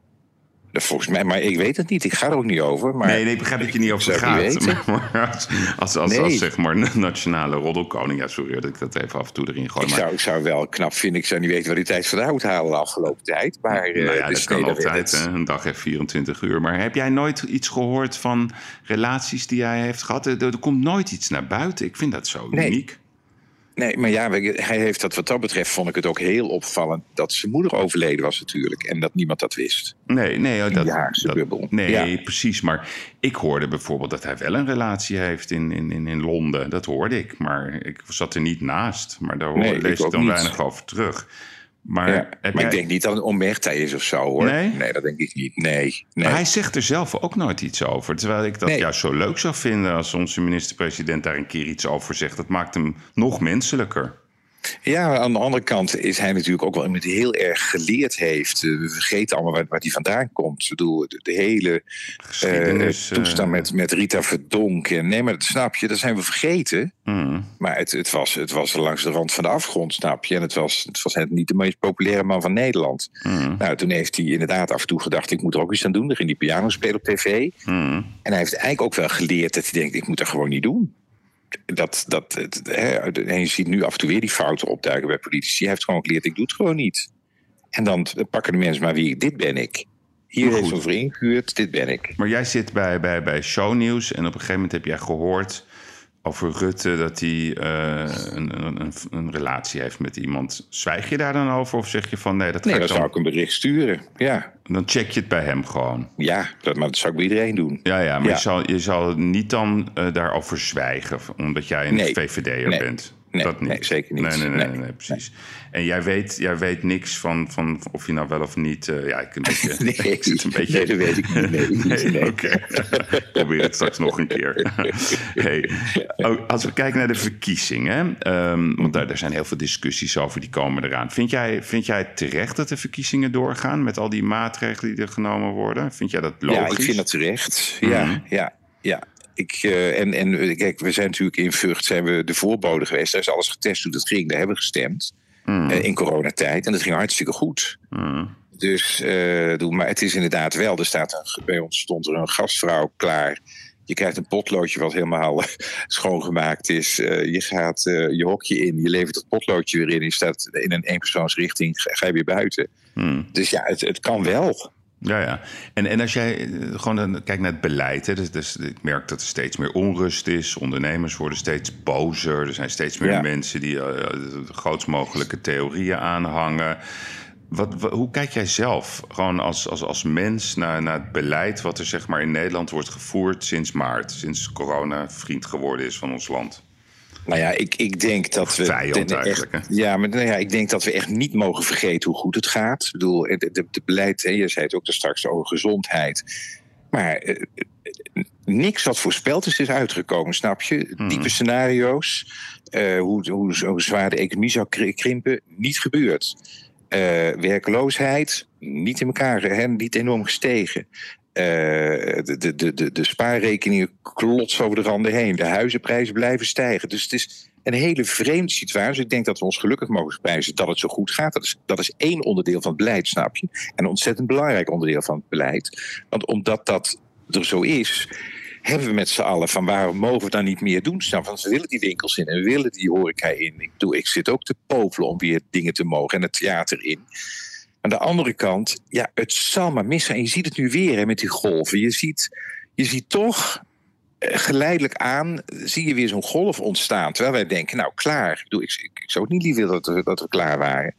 Volgens mij, maar ik weet het niet. Ik ga er ook niet over. Maar nee, nee, ik begrijp dat je niet over gaat. Maar als, als, als, nee. als zeg maar nationale roddelkoning. Ja, sorry dat ik dat even af en toe erin gooi. Ik, maar... zou, ik zou wel knap vinden. Ik zou niet weten waar die tijd vandaan moet halen de afgelopen tijd. Maar, nou ja, dus dat kan altijd. Hè? Een dag heeft vierentwintig uur. Maar heb jij nooit iets gehoord van relaties die hij heeft gehad? Er, er komt nooit iets naar buiten. Ik vind dat zo nee. uniek. Nee, maar ja, hij heeft dat wat dat betreft vond ik het ook heel opvallend dat zijn moeder overleden was natuurlijk. En dat niemand dat wist. Nee, nee. In dat, die Haagse dat, bubbel. Nee, ja. precies. Maar ik hoorde bijvoorbeeld dat hij wel een relatie heeft in, in, in Londen. Dat hoorde ik. Maar ik zat er niet naast. Maar daar nee, lees ik, ik dan niet. weinig over terug. Maar, ja, maar jij... ik denk niet dat het een omerta is of zo, hoor. Nee? Nee, dat denk ik niet. Nee, nee. Maar hij zegt er zelf ook nooit iets over. Terwijl ik dat nee. juist zo leuk zou vinden als onze minister-president daar een keer iets over zegt. Dat maakt hem nog menselijker. Ja, aan de andere kant is hij natuurlijk ook wel iemand die heel erg geleerd heeft. We vergeten allemaal waar, waar hij vandaan komt. Ik bedoel, de, de hele uh, toestand met, met Rita Verdonk. Nee, maar dat snap je, dat zijn we vergeten. Mm. Maar het, het, was, het was langs de rand van de afgrond, snap je. En het was, het was niet de meest populaire man van Nederland. Mm. Nou, toen heeft hij inderdaad af en toe gedacht, ik moet er ook iets aan doen. Dan ging hij piano spelen op tv. Mm. En hij heeft eigenlijk ook wel geleerd dat hij denkt, ik moet dat gewoon niet doen. dat, dat, het, hè, en je ziet nu af en toe weer die fouten opduiken bij politici. Hij heeft gewoon geleerd, ik doe het gewoon niet. En dan pakken de mensen maar wie, dit ben ik. Hier heeft zo'n vriend ingehuurd, dit ben ik. Maar jij zit bij, bij, bij Shownieuws en op een gegeven moment heb jij gehoord over Rutte dat hij uh, een, een, een relatie heeft met iemand. Zwijg je daar dan over of zeg je van nee, dat nee, ga ik dan dan... zou ik een bericht sturen, ja. Dan check je het bij hem gewoon. Ja, dat, maar dat zou ik bij iedereen doen. Ja, ja maar ja. Je, zal, je zal niet dan uh, daarover zwijgen, omdat jij een nee. V V D'er nee. bent. Nee, dat niet. nee, zeker niet. Nee, nee, nee, nee. nee, nee precies. Nee. En jij weet, jij weet niks van, van of je nou wel of niet... Uh, ja, ik, een beetje, nee, ik zit een beetje... nee, dat weet ik niet. Nee, nee, nee. Oké. Okay. Probeer het straks nog een keer. Hey, oh, als we kijken naar de verkiezingen... Um, want daar, daar zijn heel veel discussies over, die komen eraan. Vind jij, vind jij terecht dat de verkiezingen doorgaan... met al die maatregelen die er genomen worden? Vind jij dat logisch? Ja, ik vind dat terecht. Ja, mm-hmm. ja, ja. Ik, uh, en, en kijk, we zijn natuurlijk in Vught zijn we de voorbode geweest. Daar is alles getest hoe dat ging. Daar hebben we gestemd. Mm. Uh, in coronatijd. En dat ging hartstikke goed. Mm. Dus, uh, maar het is inderdaad wel. Er staat een, bij ons stond er een gastvrouw klaar. Je krijgt een potloodje wat helemaal schoongemaakt is. Uh, je gaat uh, je hokje in. Je levert het potloodje weer in. Je staat in een eenpersoonsrichting. Ga, ga je weer buiten. Mm. Dus ja, het, het kan wel. Ja, ja. En, en als jij gewoon kijkt naar het beleid... Hè, dus, dus ik merk dat er steeds meer onrust is. Ondernemers worden steeds bozer. Er zijn steeds meer ja. mensen die uh, de grootst mogelijke theorieën aanhangen. Wat, wat, hoe kijk jij zelf gewoon als, als, als mens naar, naar het beleid... wat er zeg maar in Nederland wordt gevoerd sinds maart... sinds corona vriend geworden is van ons land? Nou ja, ik, ik denk dat we... Vijand eigenlijk, hè? Ja, maar nou ja, ik denk dat we echt niet mogen vergeten hoe goed het gaat. Ik bedoel, de, de, de beleid, hè, je zei het ook daar straks over gezondheid. Maar eh, niks wat voorspeld is, is uitgekomen, snap je? Hmm. Diepe scenario's, uh, hoe, hoe, hoe zwaar de economie zou krimpen, niet gebeurd. Uh, werkloosheid, niet in elkaar, hè, niet enorm gestegen. Uh, de, de, de, de spaarrekeningen klotsen over de randen heen. De huizenprijzen blijven stijgen. Dus het is een hele vreemde situatie. Dus ik denk dat we ons gelukkig mogen prijzen dat het zo goed gaat. Dat is, dat is één onderdeel van het beleid, snap je? En een ontzettend belangrijk onderdeel van het beleid. Want omdat dat er zo is, hebben we met z'n allen van waarom mogen we dan niet meer doen? Snap? Want we willen die winkels in en we willen die horeca in. Ik, bedoel, ik zit ook te popelen om weer dingen te mogen en het theater in. Aan de andere kant, ja, het zal maar misgaan. En je ziet het nu weer hè, met die golven. Je ziet, je ziet toch eh, geleidelijk aan, zie je weer zo'n golf ontstaan. Terwijl wij denken, nou klaar. Ik, bedoel, ik, ik, ik zou het niet liever dat we, dat we klaar waren.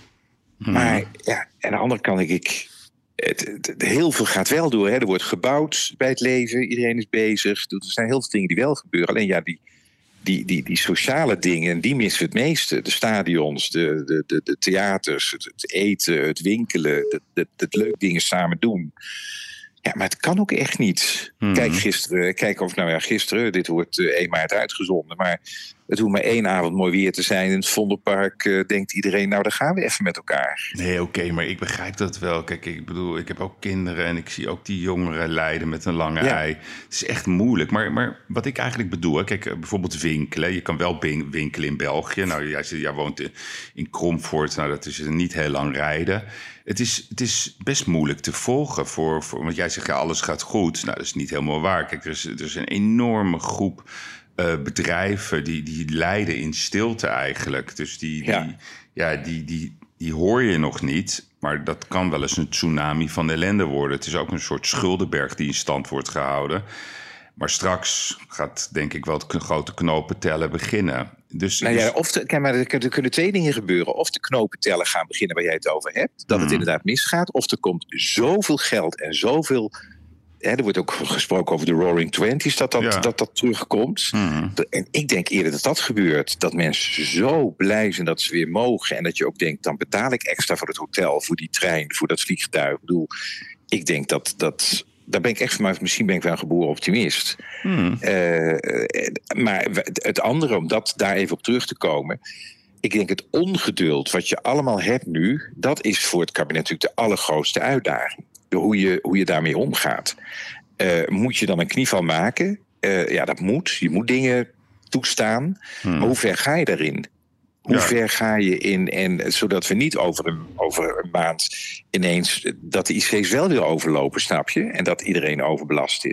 Hmm. Maar ja, aan de andere kant denk ik, het, het, heel veel gaat wel door. Hè. Er wordt gebouwd bij het leven, iedereen is bezig. Er zijn heel veel dingen die wel gebeuren. Alleen ja, die... Die, die, die sociale dingen, die missen we het meeste. De stadions, de, de, de, de theaters, het, het eten, het winkelen, het, het, het leuk dingen samen doen. Ja, maar het kan ook echt niet. Mm-hmm. Kijk gisteren, kijk of nou ja, gisteren, dit wordt uh, één maart uitgezonden, maar het hoeft maar één avond mooi weer te zijn in het Vondelpark. Uh, denkt iedereen, nou dan gaan we even met elkaar. Nee, oké, okay, maar ik begrijp dat wel. Kijk, ik bedoel, ik heb ook kinderen en ik zie ook die jongeren lijden met een lange ja. ei. Het is echt moeilijk. Maar, maar wat ik eigenlijk bedoel, kijk, bijvoorbeeld winkelen. Je kan wel winkelen in België. Nou, jij, jij woont in Kromvoort, nou dat is niet heel lang rijden. Het is, het is best moeilijk te volgen. Voor, voor, want jij zegt, ja, alles gaat goed. Nou, dat is niet helemaal waar. Kijk, er is, er is een enorme groep uh, bedrijven die, die lijden in stilte eigenlijk. Dus die, ja. die, ja, die, die, die hoor je nog niet. Maar dat kan wel eens een tsunami van ellende worden. Het is ook een soort schuldenberg die in stand wordt gehouden. Maar straks gaat, denk ik, wel het grote knopen tellen beginnen. Dus, nou ja, of de, kijk maar, er kunnen twee dingen gebeuren. Of de knopen tellen gaan beginnen waar jij het over hebt. Dat mm. het inderdaad misgaat. Of er komt zoveel geld en zoveel... Hè, er wordt ook gesproken over de Roaring Twenties, dat dat, ja. dat, dat terugkomt. Mm. En ik denk eerder dat dat gebeurt. Dat mensen zo blij zijn dat ze weer mogen. En dat je ook denkt, dan betaal ik extra voor het hotel, voor die trein, voor dat vliegtuig. Ik bedoel, ik denk dat... dat daar ben ik echt van, misschien ben ik wel een geboren optimist. Hmm. Uh, maar het andere, om dat daar even op terug te komen. Ik denk het ongeduld wat je allemaal hebt nu, dat is voor het kabinet natuurlijk de allergrootste uitdaging. Hoe je, hoe je daarmee omgaat. Uh, moet je dan een knieval maken? Uh, ja, dat moet. Je moet dingen toestaan. Hmm. Maar hoe ver ga je daarin? Hoe ja. ver ga je in, en zodat we niet over een, over een maand ineens... dat de I C's wel weer overlopen, snap je? En dat iedereen overbelast is.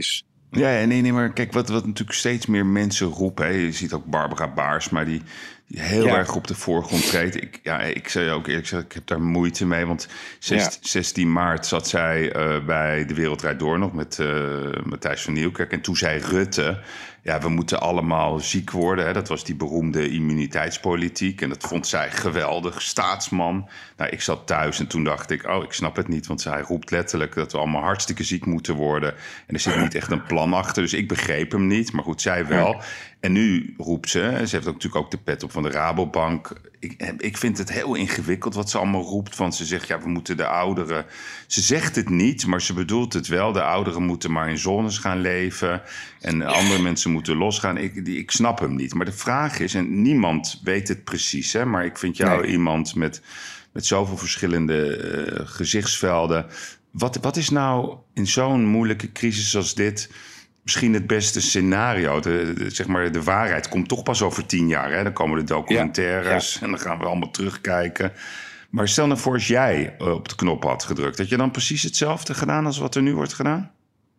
Ja, nee, nee, maar kijk, wat, wat natuurlijk steeds meer mensen roepen. Hè. Je ziet ook Barbara Baarsma, die, die heel ja. erg op de voorgrond treedt. Ik, ja, ik zei ook eerlijk gezegd, ik heb daar moeite mee. Want zestien maart zat zij uh, bij De Wereld Draait Door nog met uh, Matthijs van Nieuwkerk. En toen zei Rutte, ja, we moeten allemaal ziek worden. Hè. Dat was die beroemde immuniteitspolitiek. En dat vond zij geweldig, staatsman. Nou, ik zat thuis en toen dacht ik, oh, ik snap het niet. Want zij roept letterlijk dat we allemaal hartstikke ziek moeten worden. En er zit niet echt een plan achter. Dus ik begreep hem niet. Maar goed, zij wel. En nu roept ze, ze heeft ook natuurlijk ook de pet op van de Rabobank. Ik, ik vind het heel ingewikkeld wat ze allemaal roept. Want ze zegt, ja, we moeten de ouderen... Ze zegt het niet, maar ze bedoelt het wel. De ouderen moeten maar in zones gaan leven. En andere mensen moeten losgaan. Ik, ik snap hem niet. Maar de vraag is, en niemand weet het precies, hè, maar ik vind jou nee. iemand met, met zoveel verschillende uh, gezichtsvelden. Wat, wat is nou in zo'n moeilijke crisis als dit misschien het beste scenario? De, de, zeg maar, de waarheid komt toch pas over tien jaar. Hè? Dan komen de documentaires ja, ja. en dan gaan we allemaal terugkijken. Maar stel nou voor als jij op de knop had gedrukt, had je dan precies hetzelfde gedaan als wat er nu wordt gedaan?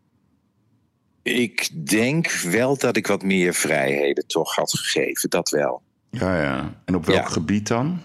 Ik denk wel dat ik wat meer vrijheden toch had gegeven, dat wel. Ja, ja. En op welk ja. gebied dan?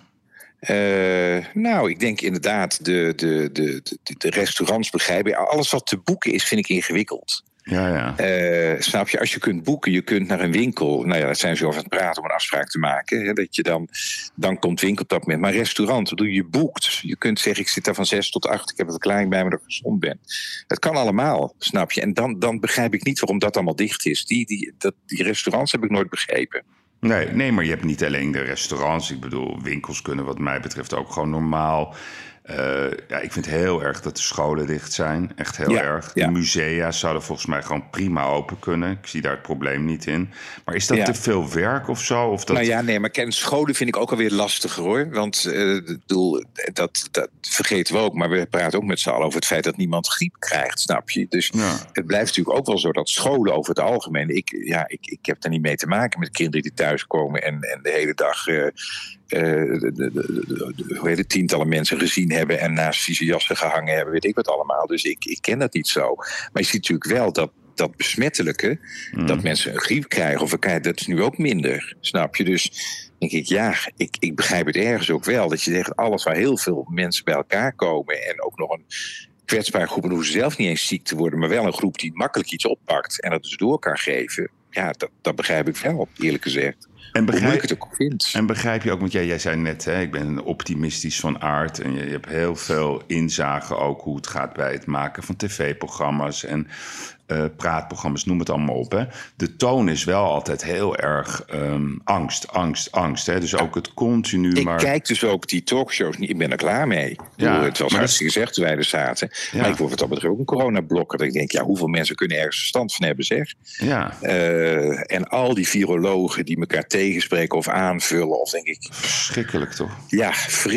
Uh, nou, ik denk inderdaad, de, de, de, de, de restaurants begrijpen. Alles wat te boeken is, vind ik ingewikkeld. Ja, ja. Uh, snap je, als je kunt boeken, je kunt naar een winkel. Nou ja, dat zijn ze over aan het praten om een afspraak te maken. Hè, dat je dan, dan komt winkel op dat moment. Maar restaurant, bedoel, je boekt. Je kunt zeggen, ik zit daar van zes tot acht. Ik heb een verklaring bij me dat ik gezond ben. Het kan allemaal, snap je. En dan, dan begrijp ik niet waarom dat allemaal dicht is. Die, die, dat, die restaurants heb ik nooit begrepen. Nee, nee, maar je hebt niet alleen de restaurants. Ik bedoel, winkels kunnen wat mij betreft ook gewoon normaal. Uh, ja, ik vind heel erg dat de scholen dicht zijn. Echt heel ja, erg. De ja. musea zouden volgens mij gewoon prima open kunnen. Ik zie daar het probleem niet in. Maar is dat ja. te veel werk of zo? Of dat... Nou ja, nee, maar ken, scholen vind ik ook alweer lastiger, hoor. Want uh, doel, dat, dat vergeten we ook. Maar we praten ook met z'n allen over het feit dat niemand griep krijgt, snap je? Dus ja. het blijft natuurlijk ook wel zo dat scholen over het algemeen... Ik, ja, ik, ik heb daar niet mee te maken met kinderen die thuiskomen... en, en de hele dag... Uh, Uh, de, de, de, de, hoe heet het, tientallen mensen gezien hebben en naast vieze jassen gehangen hebben, weet ik wat allemaal. Dus ik, ik ken dat niet zo. Maar je ziet natuurlijk wel dat dat besmettelijke, mm. dat mensen een griep krijgen of elkaar, dat is nu ook minder, snap je? Dus denk ik, ja, ik, ik begrijp het ergens ook wel. Dat je zegt, alles waar heel veel mensen bij elkaar komen en ook nog een kwetsbare groep, en hoeven ze zelf niet eens ziek te worden, maar wel een groep die makkelijk iets oppakt en dat dus door kan geven. Ja, dat, dat begrijp ik wel, eerlijk gezegd. En begrijp, ik het ook vind. en begrijp je ook, want jij, jij zei net, hè, ik ben optimistisch van aard. En je, je hebt heel veel inzage ook hoe het gaat bij het maken van tv-programma's en uh, praatprogramma's, noem het allemaal op. Hè. De toon is wel altijd heel erg um, angst, angst, angst. Hè. Dus ook het continu ik maar... Ik kijk dus ook die talkshows niet, ik ben er klaar mee. Ja, het was hartstikke gezegd toen wij er zaten. Ja. Maar ik word wat dat betreft ook een coronablokker. Dat ik denk, ja, hoeveel mensen kunnen ergens verstand van hebben, zeg. Ja. Uh, en al die virologen die elkaar tegenspreken of aanvullen, of denk ik... Verschrikkelijk, toch? Ja,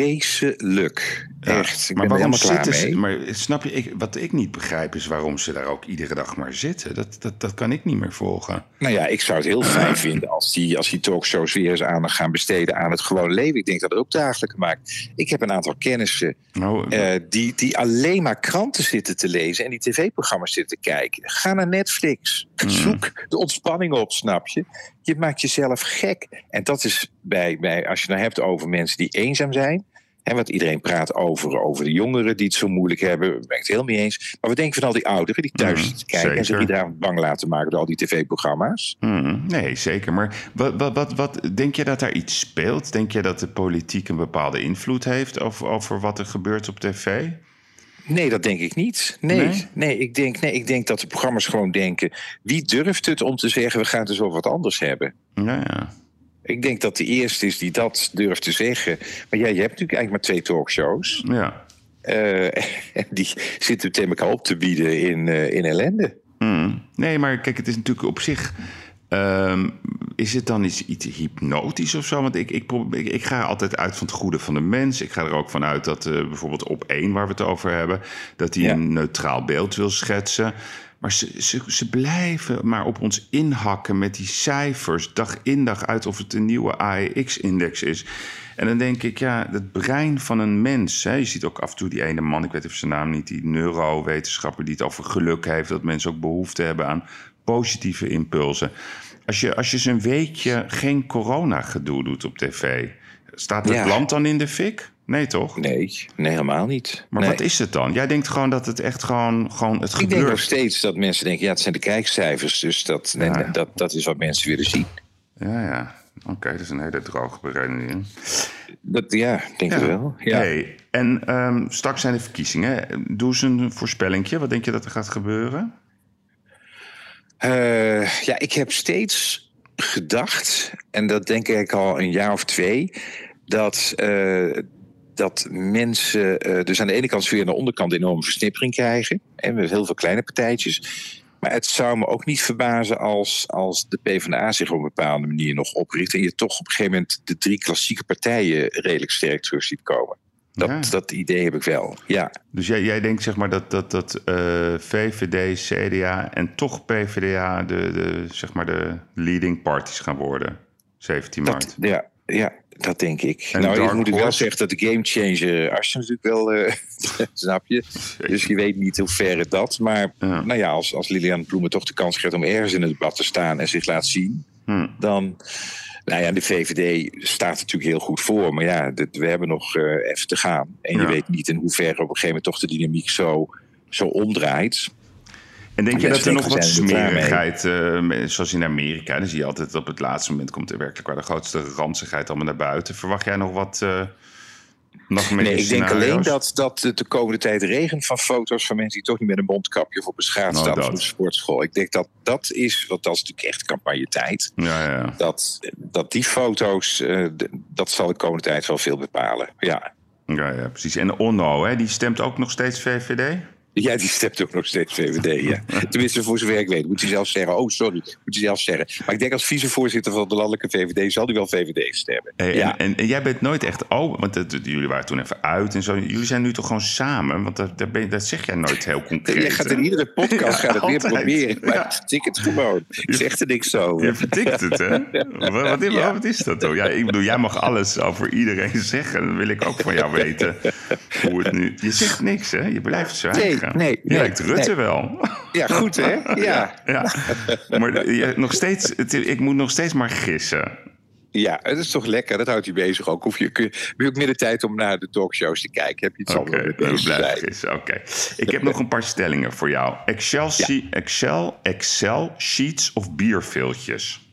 vreselijk. Ja, Echt, ik maar ben er helemaal klaar ze, mee. Maar snap je, ik, wat ik niet begrijp is waarom ze daar ook iedere dag maar zitten. Dat, dat, dat kan ik niet meer volgen. Nou ja, ik zou het heel fijn vinden als die, als die talkshows weer eens aandacht gaan besteden aan het gewone leven. Ik denk dat het ook dagelijker maakt. Ik heb een aantal kennissen oh, uh, die, die alleen maar kranten zitten te lezen en die tv-programma's zitten te kijken. Ga naar Netflix. Mm. Zoek de ontspanning op, snap je? Je maakt jezelf gek. En dat is bij, bij als je het nou hebt over mensen die eenzaam zijn. En wat iedereen praat over, over de jongeren die het zo moeilijk hebben. Daar ben ik het heel mee eens. Maar we denken van al die ouderen die thuis zitten te kijken. Zeker. En zich iedereen bang laten maken door al die tv-programma's. Mm, nee, zeker. Maar wat, wat, wat, wat, denk je dat daar iets speelt? Denk je dat de politiek een bepaalde invloed heeft over, over wat er gebeurt op tv? Nee, dat denk ik niet. Nee, nee? Nee, ik denk, nee, ik denk dat de programma's gewoon denken... wie durft het om te zeggen, we gaan het dus over wat anders hebben? Ja, ja. Ik denk dat de eerste is die dat durft te zeggen. Maar ja, je hebt natuurlijk eigenlijk maar twee talkshows. Ja. Uh, die zitten tegen elkaar op te bieden in, uh, in ellende. Mm. Nee, maar kijk, het is natuurlijk op zich... Um, is het dan iets, iets hypnotisch of zo? Want ik, ik, probeer, ik, ik ga altijd uit van het goede van de mens. Ik ga er ook van uit dat uh, bijvoorbeeld op één, waar we het over hebben... dat hij ja. een neutraal beeld wil schetsen... Maar ze, ze, ze blijven maar op ons inhakken met die cijfers... dag in dag uit of het een nieuwe A E X-index is. En dan denk ik, ja, het brein van een mens... Hè, je ziet ook af en toe die ene man, ik weet even zijn naam niet... die neurowetenschapper die het over geluk heeft... dat mensen ook behoefte hebben aan positieve impulsen. Als je, als je eens een weekje geen corona-gedoe doet op tv... staat het Ja. land dan in de fik? Nee, toch? Nee, nee, helemaal niet. Maar nee. wat is het dan? Jij denkt gewoon dat het echt gewoon, gewoon het Ik denk gebeurt. nog steeds dat mensen denken, ja, het zijn de kijkcijfers. Dus dat, Ja. en, dat, dat is wat mensen willen zien. Ja, ja. Oké, okay, dat is een hele droge beredening. Dat, ja, ik denk het wel. Ja. Hey, en um, straks zijn de verkiezingen. Doe eens een voorspellingje. Wat denk je dat er gaat gebeuren? Uh, ja, ik heb steeds gedacht, en dat denk ik al een jaar of twee... dat, uh, dat mensen uh, dus aan de ene kant weer aan de onderkant een enorme versnippering krijgen. En met heel veel kleine partijtjes. Maar het zou me ook niet verbazen als, als de PvdA zich op een bepaalde manier nog opricht... en je toch op een gegeven moment de drie klassieke partijen redelijk sterk terug ziet komen. Dat, ja. dat idee heb ik wel, ja. Dus jij, jij denkt zeg maar dat, dat, dat uh, V V D, C D A en toch PvdA de, de, zeg maar de leading parties gaan worden? zeventien maart. Dat, ja, ja, dat denk ik. En nou, ik moet ik wel horse? zeggen dat de gamechanger Asscher natuurlijk wel, uh, snap je? Dus je weet niet hoe ver het dat. Maar ja. nou ja, als, als Liliane Ploemen toch de kans krijgt om ergens in het debat te staan en zich laat zien, hmm. dan... Nou ja, de V V D staat natuurlijk heel goed voor. Maar ja, dit, we hebben nog uh, even te gaan. En je ja. weet niet in hoeverre op een gegeven moment toch de dynamiek zo, zo omdraait. En denk je dat er nog wat smerigheid, uh, zoals in Amerika... dan zie je altijd op het laatste moment komt er werkelijk waar de grootste ranzigheid allemaal naar buiten. Verwacht jij nog wat... Uh, nog meer nee, ik denk scenario's? alleen dat, dat de komende tijd regent van foto's van mensen die toch niet met een mondkapje of op een straat nou, staan dat. of op de sportschool. Ik denk dat dat is, want dat is natuurlijk echt campagnetijd. Ja, ja. Dat, dat die foto's, uh, dat zal de komende tijd wel veel bepalen. Ja, ja, ja precies. En Onno, hè, die stemt ook nog steeds V V D? Ja, die stemt ook nog steeds V V D, ja. Tenminste, voor zover ik weet. Moet hij zelf zeggen, oh sorry, moet hij zelf zeggen. Maar ik denk als vicevoorzitter van de landelijke V V D... zal hij wel V V D stemmen. Hey, ja. en, en, en jij bent nooit echt... Oh, want het, jullie waren toen even uit en zo. Jullie zijn nu toch gewoon samen? Want dat, dat, ben, dat zeg jij nooit heel concreet. Je gaat in iedere podcast ja, gaat het weer proberen. Maar ja. ik tik het gewoon. Ik zeg er niks over. Je vertikt het, hè? Wat, wat, ja. wat is dat toch? Ja, ik bedoel, jij mag alles over iedereen zeggen. Dan wil ik ook van jou weten hoe het nu... Je zegt niks, hè? Je blijft zo nee, gaan. Nee, Je lijkt Rutte nee. wel. Ja, goed, hè? Ja. ja, ja. Maar ja, nog steeds, het, ik moet nog steeds maar gissen. Ja, het is toch lekker. Dat houdt je bezig ook. Of je, kun je, heb je ook meer de tijd om naar de talkshows te kijken? Heb je iets okay, anders met deze tijd? Oké, okay. Ik heb nog een paar stellingen voor jou. Excel, ja. Excel, Excel sheets of bierviltjes?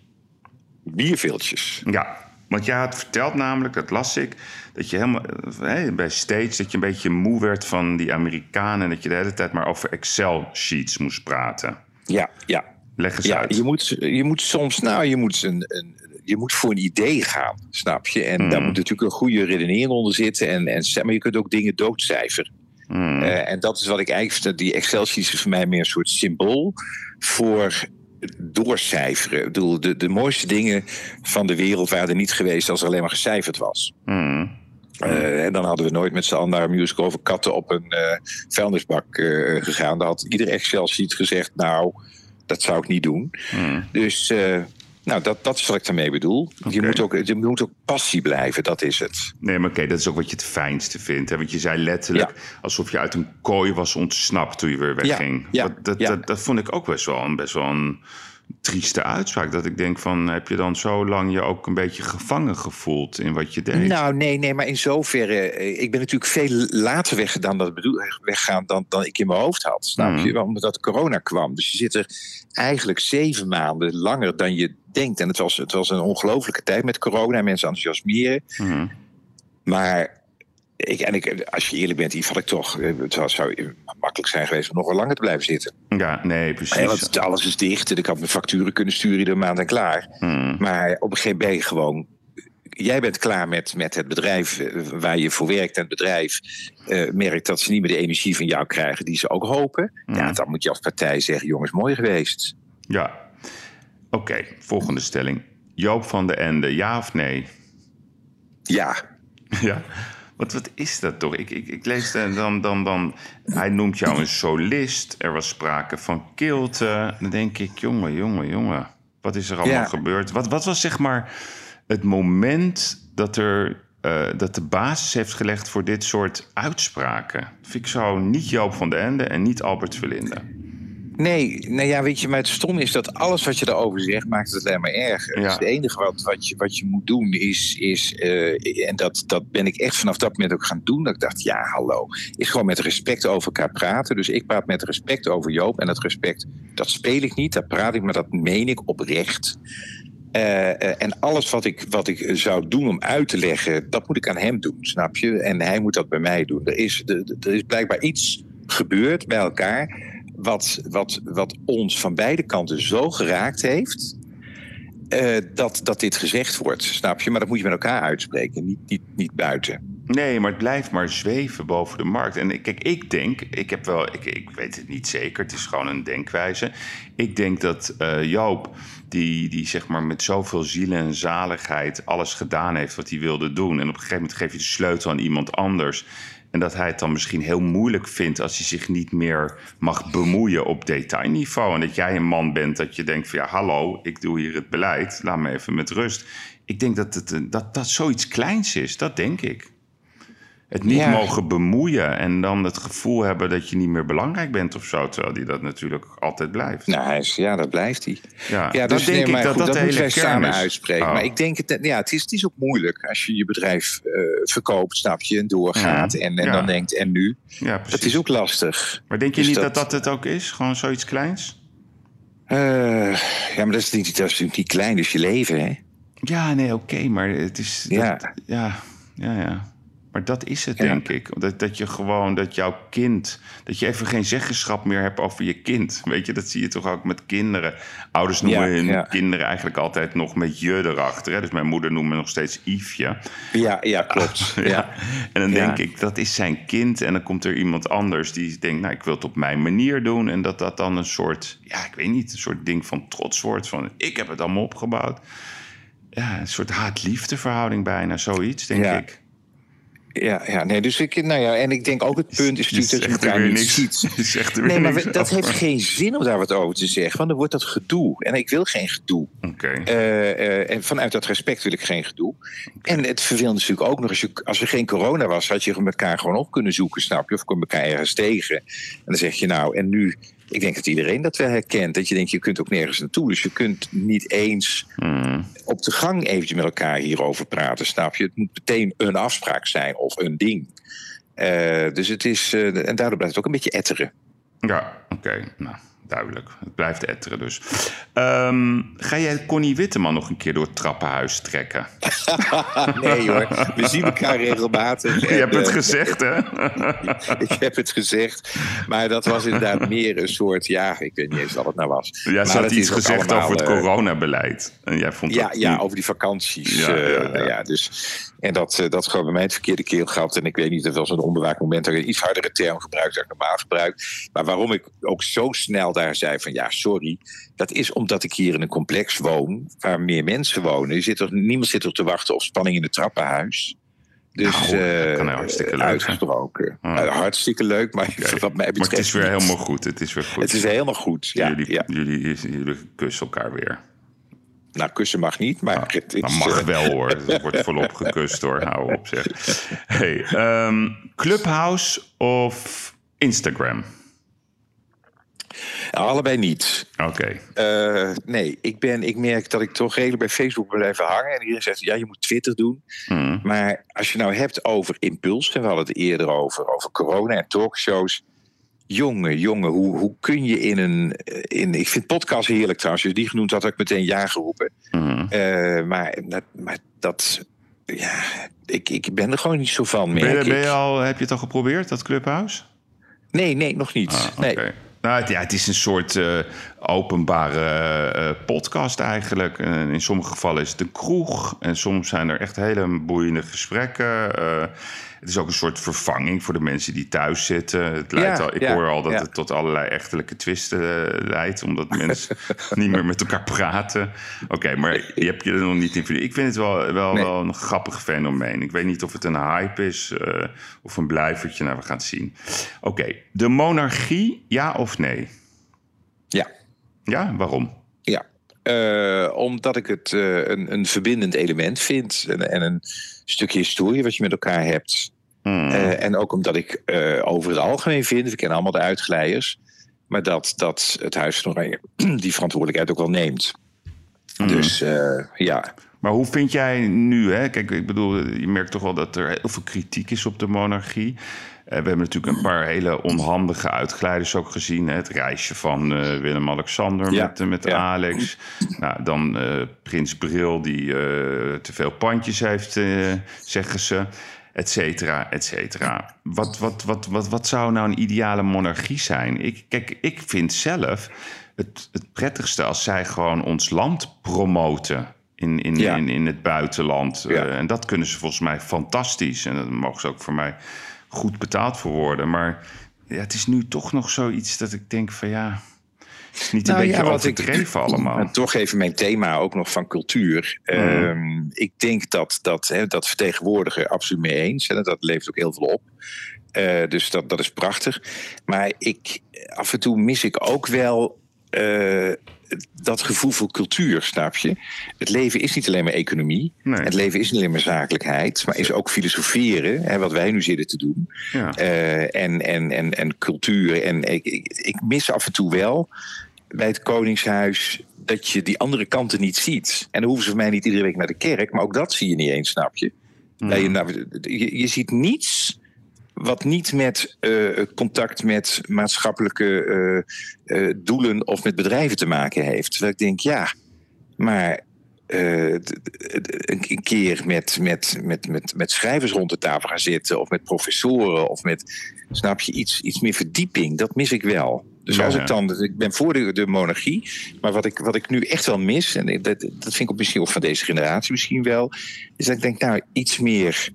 Bierviltjes? Ja, want jij had verteld namelijk, dat las ik... dat je helemaal hey, bij Stage dat je een beetje moe werd van die Amerikanen... en dat je de hele tijd maar over Excel-sheets moest praten. Ja, ja. Leg eens ja, uit. Je moet, je moet soms, nou, je moet, een, een, je moet voor een idee gaan, snap je? En mm. daar moet natuurlijk een goede redenering onder zitten. En, en, maar je kunt ook dingen doodcijferen. Mm. Uh, en dat is wat ik eigenlijk... Die Excel-sheets is voor mij meer een soort symbool voor... doorcijferen. Ik bedoel, de, de mooiste dingen van de wereld waren er niet geweest als er alleen maar gecijferd was. Mm. Uh, en dan hadden we nooit met z'n allen naar een musical over katten op een uh, vuilnisbak uh, gegaan. Dan had ieder Excel-sheet gezegd, nou, dat zou ik niet doen. Mm. Dus uh, nou, dat, dat is wat ik daarmee bedoel. Okay. Je, moet ook, je moet ook passie blijven, dat is het. Nee, maar oké, okay, dat is ook wat je het fijnste vindt. Hè? Want je zei letterlijk ja. alsof je uit een kooi was ontsnapt toen je weer wegging. Ja. Ja. Dat, dat, ja. dat, dat vond ik ook best wel een, best wel een trieste uitspraak. Dat ik denk van, heb je dan zo lang je ook een beetje gevangen gevoeld in wat je deed? Nou, nee, nee, maar in zoverre... Ik ben natuurlijk veel later weggegaan dan, weggaan dan, dan ik in mijn hoofd had. Snap je? Mm. Omdat corona kwam. Dus je zit er eigenlijk zeven maanden langer dan je denkt. En het was, het was een ongelofelijke tijd met corona. Mensen enthousiasmeren. Mm. Maar... Ik, en ik, als je eerlijk bent, Yves, had ik toch... Het zou makkelijk zijn geweest om nog wel langer te blijven zitten. Ja, nee, precies. Ja, want alles is dicht en ik had mijn facturen kunnen sturen iedere maand en klaar. Hmm. Maar op een gegeven moment ben je gewoon... Jij bent klaar met, met het bedrijf waar je voor werkt. En het bedrijf uh, merkt dat ze niet meer de energie van jou krijgen die ze ook hopen. Hmm. Ja, dan moet je als partij zeggen, jongens, mooi geweest. Ja, oké. Okay, volgende stelling. Joop van den Ende, ja of nee? Ja. Ja. Wat, wat is dat toch? Ik, ik, ik lees dan, dan, dan... Hij noemt jou een solist. Er was sprake van kilte. Dan denk ik, jongen, jongen, jongen. Wat is er allemaal ja. gebeurd? Wat, wat was zeg maar het moment dat, er, uh, dat de basis heeft gelegd voor dit soort uitspraken? Dat vind ik zo niet Joop van den Ende en niet Albert Verlinde. Nee, nou ja, weet je, maar het stom is dat alles wat je erover zegt, maakt het alleen maar erger. Ja. Dus het enige wat, wat, je, wat je moet doen is, is uh, en dat, dat ben ik echt vanaf dat moment ook gaan doen, dat ik dacht, ja, hallo, is gewoon met respect over elkaar praten. Dus ik praat met respect over Joop en dat respect, dat speel ik niet, dat praat ik, maar dat meen ik oprecht. Uh, uh, en alles wat ik, wat ik zou doen om uit te leggen, dat moet ik aan hem doen, snap je? En hij moet dat bij mij doen. Er is, er, er is blijkbaar iets gebeurd bij elkaar Wat, wat, wat ons van beide kanten zo geraakt heeft, uh, dat, dat dit gezegd wordt, snap je? Maar dat moet je met elkaar uitspreken, niet, niet, niet buiten. Nee, maar het blijft maar zweven boven de markt. En kijk, ik denk, ik heb wel, ik, ik weet het niet zeker, het is gewoon een denkwijze. Ik denk dat uh, Joop, die, die zeg maar met zoveel ziel en zaligheid alles gedaan heeft wat hij wilde doen. En op een gegeven moment geef je de sleutel aan iemand anders. En dat hij het dan misschien heel moeilijk vindt als hij zich niet meer mag bemoeien op detailniveau. En dat jij een man bent dat je denkt van ja, hallo, ik doe hier het beleid, laat me even met rust. Ik denk dat het, dat, dat zoiets kleins is, dat denk ik. Het niet ja. mogen bemoeien en dan het gevoel hebben dat je niet meer belangrijk bent of zo. Terwijl die dat natuurlijk altijd blijft. Nou, hij is, ja, dat blijft hij. Ja, ja dus denk nee, ik dat goed, dat, dat de hele moeten wij samen is. uitspreken. Oh. Maar ik denk, het, ja, het, is, het is ook moeilijk als je je bedrijf uh, verkoopt, snap je, en doorgaat. Ja. En, en ja. dan denkt, en nu? Ja, dat is ook lastig. Maar denk je dus niet dat, dat dat het ook is? Gewoon zoiets kleins? Uh, ja, maar dat is, niet, dat is natuurlijk niet klein, dus je leven, hè? Ja, nee, oké, okay, maar het is... Ja. Dat, ja, ja, ja. Maar dat is het, ja. denk ik. Dat, dat je gewoon, dat jouw kind... dat je even geen zeggenschap meer hebt over je kind. Weet je, dat zie je toch ook met kinderen. Ouders noemen ja, hun ja. kinderen eigenlijk altijd nog met je erachter. Hè? Dus mijn moeder noemt me nog steeds Yvesje. Ja, ja, klopt. ja. Ja. En dan ja. denk ik, dat is zijn kind. En dan komt er iemand anders die denkt... nou, ik wil het op mijn manier doen. En dat dat dan een soort... ja, ik weet niet, een soort ding van trots wordt. Van, ik heb het allemaal opgebouwd. Ja, een soort haat-liefde verhouding bijna. Zoiets, denk ja. ik. Ja, ja, nee, dus ik, nou ja, en ik denk ook het punt is natuurlijk dat je elkaar niet ziet. Je zegt er nee, maar niks we, dat over. heeft geen zin om daar wat over te zeggen, want dan wordt dat gedoe. En ik wil geen gedoe. Okay. Uh, uh, en vanuit dat respect wil ik geen gedoe. Okay. En het vervelende is natuurlijk ook nog, als, je, als er geen corona was, had je elkaar gewoon op kunnen zoeken, snap je? Of kom elkaar ergens tegen. En dan zeg je nou, en nu... Ik denk dat iedereen dat wel herkent. Dat je denkt, je kunt ook nergens naartoe. Dus je kunt niet eens hmm. op de gang eventjes met elkaar hierover praten, snap je? Het moet meteen een afspraak zijn of een ding. Uh, dus het is... Uh, en daardoor blijft het ook een beetje etteren. Ja, oké. Okay. Nou, duidelijk. Het blijft etteren dus. Um, ga jij Connie Witteman nog een keer door het trappenhuis trekken? Nee hoor, we zien elkaar regelmatig. Je hebt het gezegd, hè? Ik heb het gezegd. Maar dat was inderdaad meer een soort... Ja, ik weet niet eens wat het nou was. Ja, ze had iets gezegd allemaal, over het coronabeleid. En jij vond ja, dat ja, niet... over die vakanties. Ja, ja, ja. Uh, nou ja, dus, en dat, uh, dat gewoon bij mij het verkeerde keel gehad. En ik weet niet, dat was een onbewaakt moment... dat ik een iets hardere term gebruikt dan ik normaal gebruik. Maar waarom ik ook zo snel daar zei van... ja, sorry... dat is omdat ik hier in een complex woon... waar meer mensen wonen. Zit er, niemand zit er te wachten op spanning in het trappenhuis. Dus nou, dat uh, kan hartstikke leuk uitgesproken. Ah. Uh, hartstikke leuk, maar okay. wat mij betreft... Maar het is weer niet. helemaal goed. Het is weer goed. Het is helemaal goed, ja. Jullie, ja. jullie, jullie kussen elkaar weer. Nou, kussen mag niet, maar... Nou, het is, nou, mag wel, hoor. Het wordt volop gekust, hoor. Hou op, zeg. Hey, um, Clubhouse of Instagram? Allebei niet. Oké. Okay. Uh, nee, ik, ben, ik merk dat ik toch redelijk bij Facebook blijf hangen. En iedereen zegt, ja, je moet Twitter doen. Mm. Maar als je nou hebt over impuls... en we hadden het eerder over, over corona en talkshows... Jongen, jongen, hoe, hoe kun je in een... In, ik vind podcast heerlijk trouwens. Als je die genoemd had, had ik meteen ja geroepen. Mm. Uh, maar, maar dat... Ja, ik, ik ben er gewoon niet zo van, merk ben je, ben je ik. al, heb je het al geprobeerd, dat Clubhouse? Nee, nee, nog niet. Ah, okay. Nee. Nou, het, ja, het is een soort uh, openbare uh, podcast eigenlijk. En in sommige gevallen is het een kroeg. En soms zijn er echt hele boeiende gesprekken. Uh, het is ook een soort vervanging voor de mensen die thuis zitten. Het leidt ja, al, ik ja, hoor al dat ja. het tot allerlei echtelijke twisten uh, leidt. Omdat mensen niet meer met elkaar praten. Oké, okay, maar je hebt je er nog niet in verdiept. Ik vind het wel, wel, nee. wel een grappig fenomeen. Ik weet niet of het een hype is uh, of een blijvertje. Nou, we gaan het zien. Oké, okay. De monarchie, ja of nee? Ja. Ja, waarom? Ja, uh, omdat ik het uh, een, een verbindend element vind. En, en een stukje historie wat je met elkaar hebt. Hmm. Uh, en ook omdat ik uh, over het algemeen vind, we kennen allemaal de uitglijers... Maar dat, dat het Huis van Oranje die verantwoordelijkheid ook wel neemt. Mm. Dus uh, ja... Maar hoe vind jij nu, hè? Kijk, ik bedoel, je merkt toch wel dat er heel veel kritiek is op de monarchie. Uh, we hebben natuurlijk een paar hele onhandige uitglijders ook gezien. Hè? Het reisje van uh, Willem-Alexander ja, met, uh, met ja. Alex. Nou, dan uh, Prins Bril die uh, te veel pandjes heeft, uh, zeggen ze. Et cetera, et cetera. Wat, wat, wat, wat, wat zou nou een ideale monarchie zijn? Ik, kijk, ik vind zelf het, het prettigste als zij gewoon ons land promoten. In, in, ja. in, in het buitenland. Ja. Uh, en dat kunnen ze volgens mij fantastisch. En daar mogen ze ook voor mij goed betaald voor worden. Maar ja, het is nu toch nog zoiets dat ik denk van ja... Het is niet een nou, beetje ja, overdreven ik, allemaal. En toch even mijn thema ook nog van cultuur. Mm. Um, ik denk dat dat, hè, dat vertegenwoordiger absoluut mee eens. Hè, dat levert ook heel veel op. Uh, dus dat, dat is prachtig. Maar ik, af en toe mis ik ook wel... Uh, dat gevoel voor cultuur, snap je? Het leven is niet alleen maar economie. Nee. Het leven is niet alleen maar zakelijkheid. Maar is ook filosoferen, hè, wat wij nu zitten te doen. Ja. Uh, en, en, en, en cultuur. En ik, ik, ik mis af en toe wel bij het Koningshuis dat je die andere kanten niet ziet. En dan hoeven ze voor mij niet iedere week naar de kerk. Maar ook dat zie je niet eens, snap je? Mm. Je, nou, je, je ziet niets... wat niet met uh, contact met maatschappelijke uh, uh, doelen of met bedrijven te maken heeft. Terwijl ik denk, ja, maar uh, een keer met, met, met, met, met schrijvers rond de tafel gaan zitten... of met professoren of met, snap je, iets, iets meer verdieping. Dat mis ik wel. Dus ja, als ik dan, ik ben voor de, de monarchie, maar wat ik, wat ik nu echt wel mis... en dat, dat vind ik ook misschien ook van deze generatie misschien wel... is dat ik denk, nou, iets meer...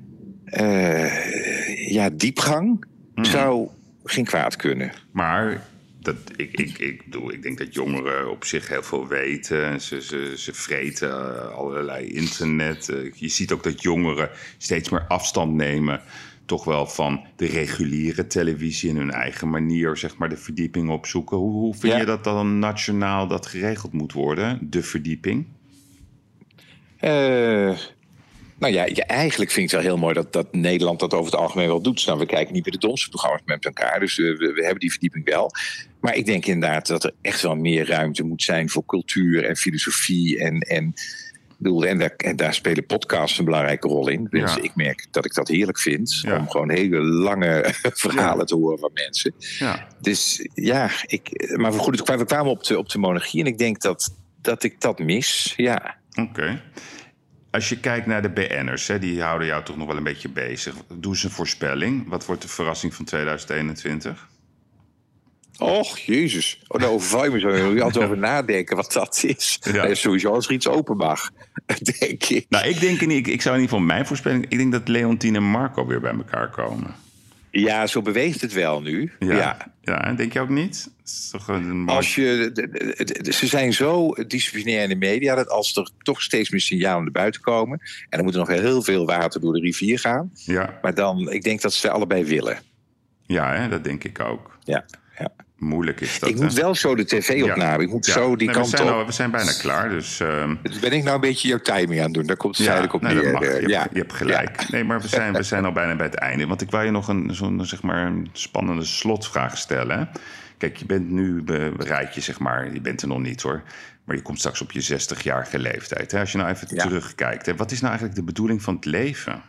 Uh, ja, diepgang mm. zou geen kwaad kunnen. Maar dat, ik, ik, ik, bedoel, ik denk dat jongeren op zich heel veel weten. Ze, ze, ze vreten allerlei internet. Je ziet ook dat jongeren steeds meer afstand nemen... toch wel van de reguliere televisie... in hun eigen manier, zeg maar, de verdieping opzoeken. Hoe, hoe vind ja. je dat dan nationaal dat geregeld moet worden? De verdieping? Eh... Uh... Nou ja, ja, eigenlijk vind ik het wel heel mooi dat, dat Nederland dat over het algemeen wel doet. Nou, we kijken niet meer de domste programma's met elkaar, dus uh, we, we hebben die verdieping wel. Maar ik denk inderdaad dat er echt wel meer ruimte moet zijn voor cultuur en filosofie. En, en, bedoel, en, daar, en daar spelen podcasts een belangrijke rol in. Dus ja. ik merk dat ik dat heerlijk vind, ja. om gewoon hele lange verhalen ja. te horen van mensen. Ja. Dus ja, ik, maar goed, we kwamen op de, op de monarchie en ik denk dat, dat ik dat mis, ja. Oké. Okay. Als je kijkt naar de B N'ers, hè, die houden jou toch nog wel een beetje bezig. Doe eens een voorspelling. Wat wordt de verrassing van tweeduizend eenentwintig? Och, jezus. Oh, daar overval je me zo. Je moet altijd over nadenken wat dat is. Ja. Nee, sowieso als er iets open mag, denk ik. Nou, ik denk niet. Ik, ik zou in ieder geval mijn voorspelling... Ik denk dat Leontien en Marco weer bij elkaar komen. Ja, zo beweegt het wel nu. Ja, ja. ja denk je ook niet? Is toch een... Als je, de, de, de, ze zijn zo disciplinair in de media... dat als er toch steeds meer signalen naar buiten komen... en er moet er nog heel veel water door de rivier gaan... Ja. Maar dan, ik denk dat ze allebei willen. Ja, hè, dat denk ik ook. Ja, ja. Moeilijk is dat. Ik moet wel zo de tv-opname. Ja. Ik moet ja. zo die nee, kant we zijn op. Al, we zijn bijna klaar. Dus, uh... dus ben ik nou een beetje jouw timing aan het doen. Daar komt het ja, eigenlijk op nee, neer. Dat mag. Je, ja. hebt, je hebt gelijk. Ja. Nee, maar we zijn, we zijn al bijna bij het einde. Want ik wou je nog een, zo'n, zeg maar, een spannende slotvraag stellen. Hè? Kijk, je bent nu bereid je, zeg maar. Je bent er nog niet hoor. Maar je komt straks op je zestigjarige leeftijd. Hè? Als je nou even ja. terugkijkt. Hè? Wat is nou eigenlijk de bedoeling van het leven?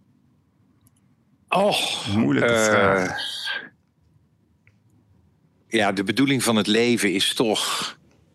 Och, moeilijke uh... vraag. Ja, de bedoeling van het leven is toch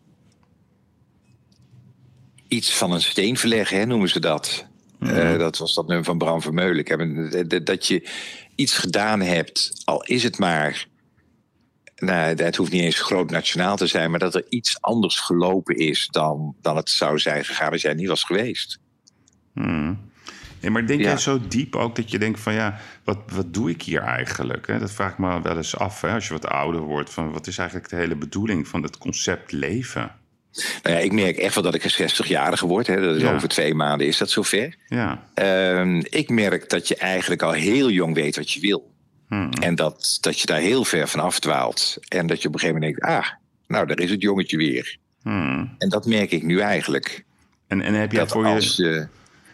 iets van een steen verleggen, hè, noemen ze dat. Mm. Uh, dat was dat nummer van Bram Vermeulen. Dat je iets gedaan hebt, al is het maar... Nou, het hoeft niet eens groot nationaal te zijn... maar dat er iets anders gelopen is dan, dan het zou zijn gegaan als jij niet was geweest. Mm. Ja, maar denk ja. jij zo diep ook dat je denkt van ja, wat, wat doe ik hier eigenlijk? Hè? Dat vraag ik me wel eens af, hè? Als je wat ouder wordt. Van wat is eigenlijk de hele bedoeling van het concept leven? Nou ja, ik merk echt wel dat ik een zestigjarige word. Hè? Dat is ja. over twee maanden is dat zover. Ja. Uh, ik merk dat je eigenlijk al heel jong weet wat je wil. Hmm. En dat, dat je daar heel ver van afdwaalt. En dat je op een gegeven moment denkt, ah, nou, daar is het jongetje weer. Hmm. En dat merk ik nu eigenlijk. En, en heb jij dat voor als, je... Uh,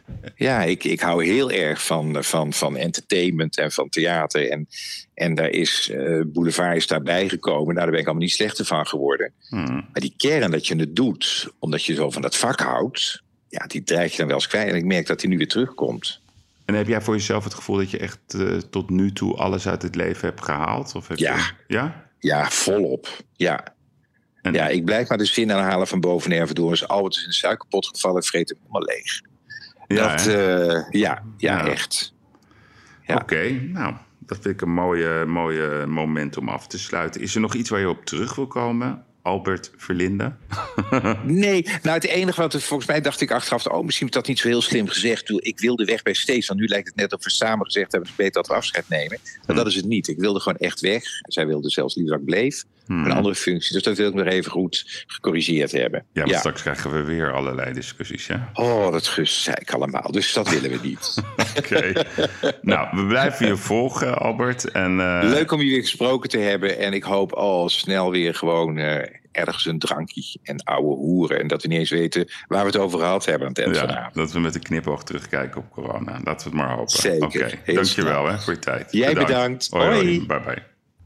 Ja, ik, ik hou heel erg van, van, van entertainment en van theater. En, en daar is uh, Boulevard is daarbij gekomen. Nou, daar ben ik allemaal niet slechter van geworden. Hmm. Maar die kern dat je het doet, omdat je zo van dat vak houdt, ja, die dreig je dan wel eens kwijt. En ik merk dat die nu weer terugkomt. En heb jij voor jezelf het gevoel dat je echt uh, tot nu toe alles uit het leven hebt gehaald? Of heb ja. Je... ja, ja, volop. Ja. En... ja, ik blijf maar de zin aanhalen van boven door. Als Albert is in de suikerpot gevallen, vreet hem helemaal leeg. Ja, dat, uh, ja, ja, ja, echt. Ja. Oké, okay, nou, dat vind ik een mooie, mooie moment om af te sluiten. Is er nog iets waar je op terug wil komen, Albert Verlinde? Nee, nou het enige wat er volgens mij dacht ik achteraf, oh, misschien heb ik dat niet zo heel slim gezegd. Ik wilde weg bij Stees, want nu lijkt het net of we samen gezegd hebben, ik weet dat we afscheid nemen. Maar hmm. dat is het niet. Ik wilde gewoon echt weg. Zij wilde zelfs liever dat ik bleef. Hmm. Een andere functie. Dus dat wil ik nog even goed gecorrigeerd hebben. Ja, maar ja. Straks krijgen we weer allerlei discussies, hè? Oh, dat zei ik allemaal. Dus dat willen we niet. Oké. Okay. Nou, we blijven je volgen, Albert. En, uh... leuk om je weer gesproken te hebben. En ik hoop al snel weer gewoon uh, ergens een drankje en ouwe hoeren. En dat we niet eens weten waar we het over gehad hebben aan het eind ja, vanavond. Dat we met een knipoog terugkijken op corona. Laten we het maar hopen. Zeker. Oké, okay. Dankjewel hè, voor je tijd. Jij bedankt. bedankt. Hoi, hoi. Hoi. Bye bye.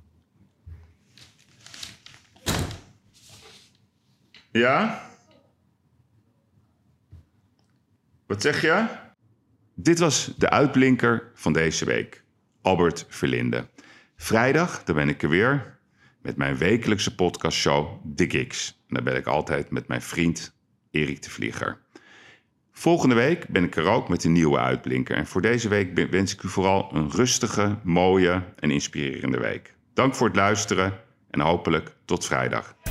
Ja? Wat zeg je? Dit was de uitblinker van deze week. Albert Verlinde. Vrijdag, dan ben ik er weer met mijn wekelijkse podcastshow The Gigs. En daar ben ik altijd met mijn vriend Erik de Vlieger. Volgende week ben ik er ook met een nieuwe uitblinker. En voor deze week wens ik u vooral een rustige, mooie en inspirerende week. Dank voor het luisteren en hopelijk tot vrijdag.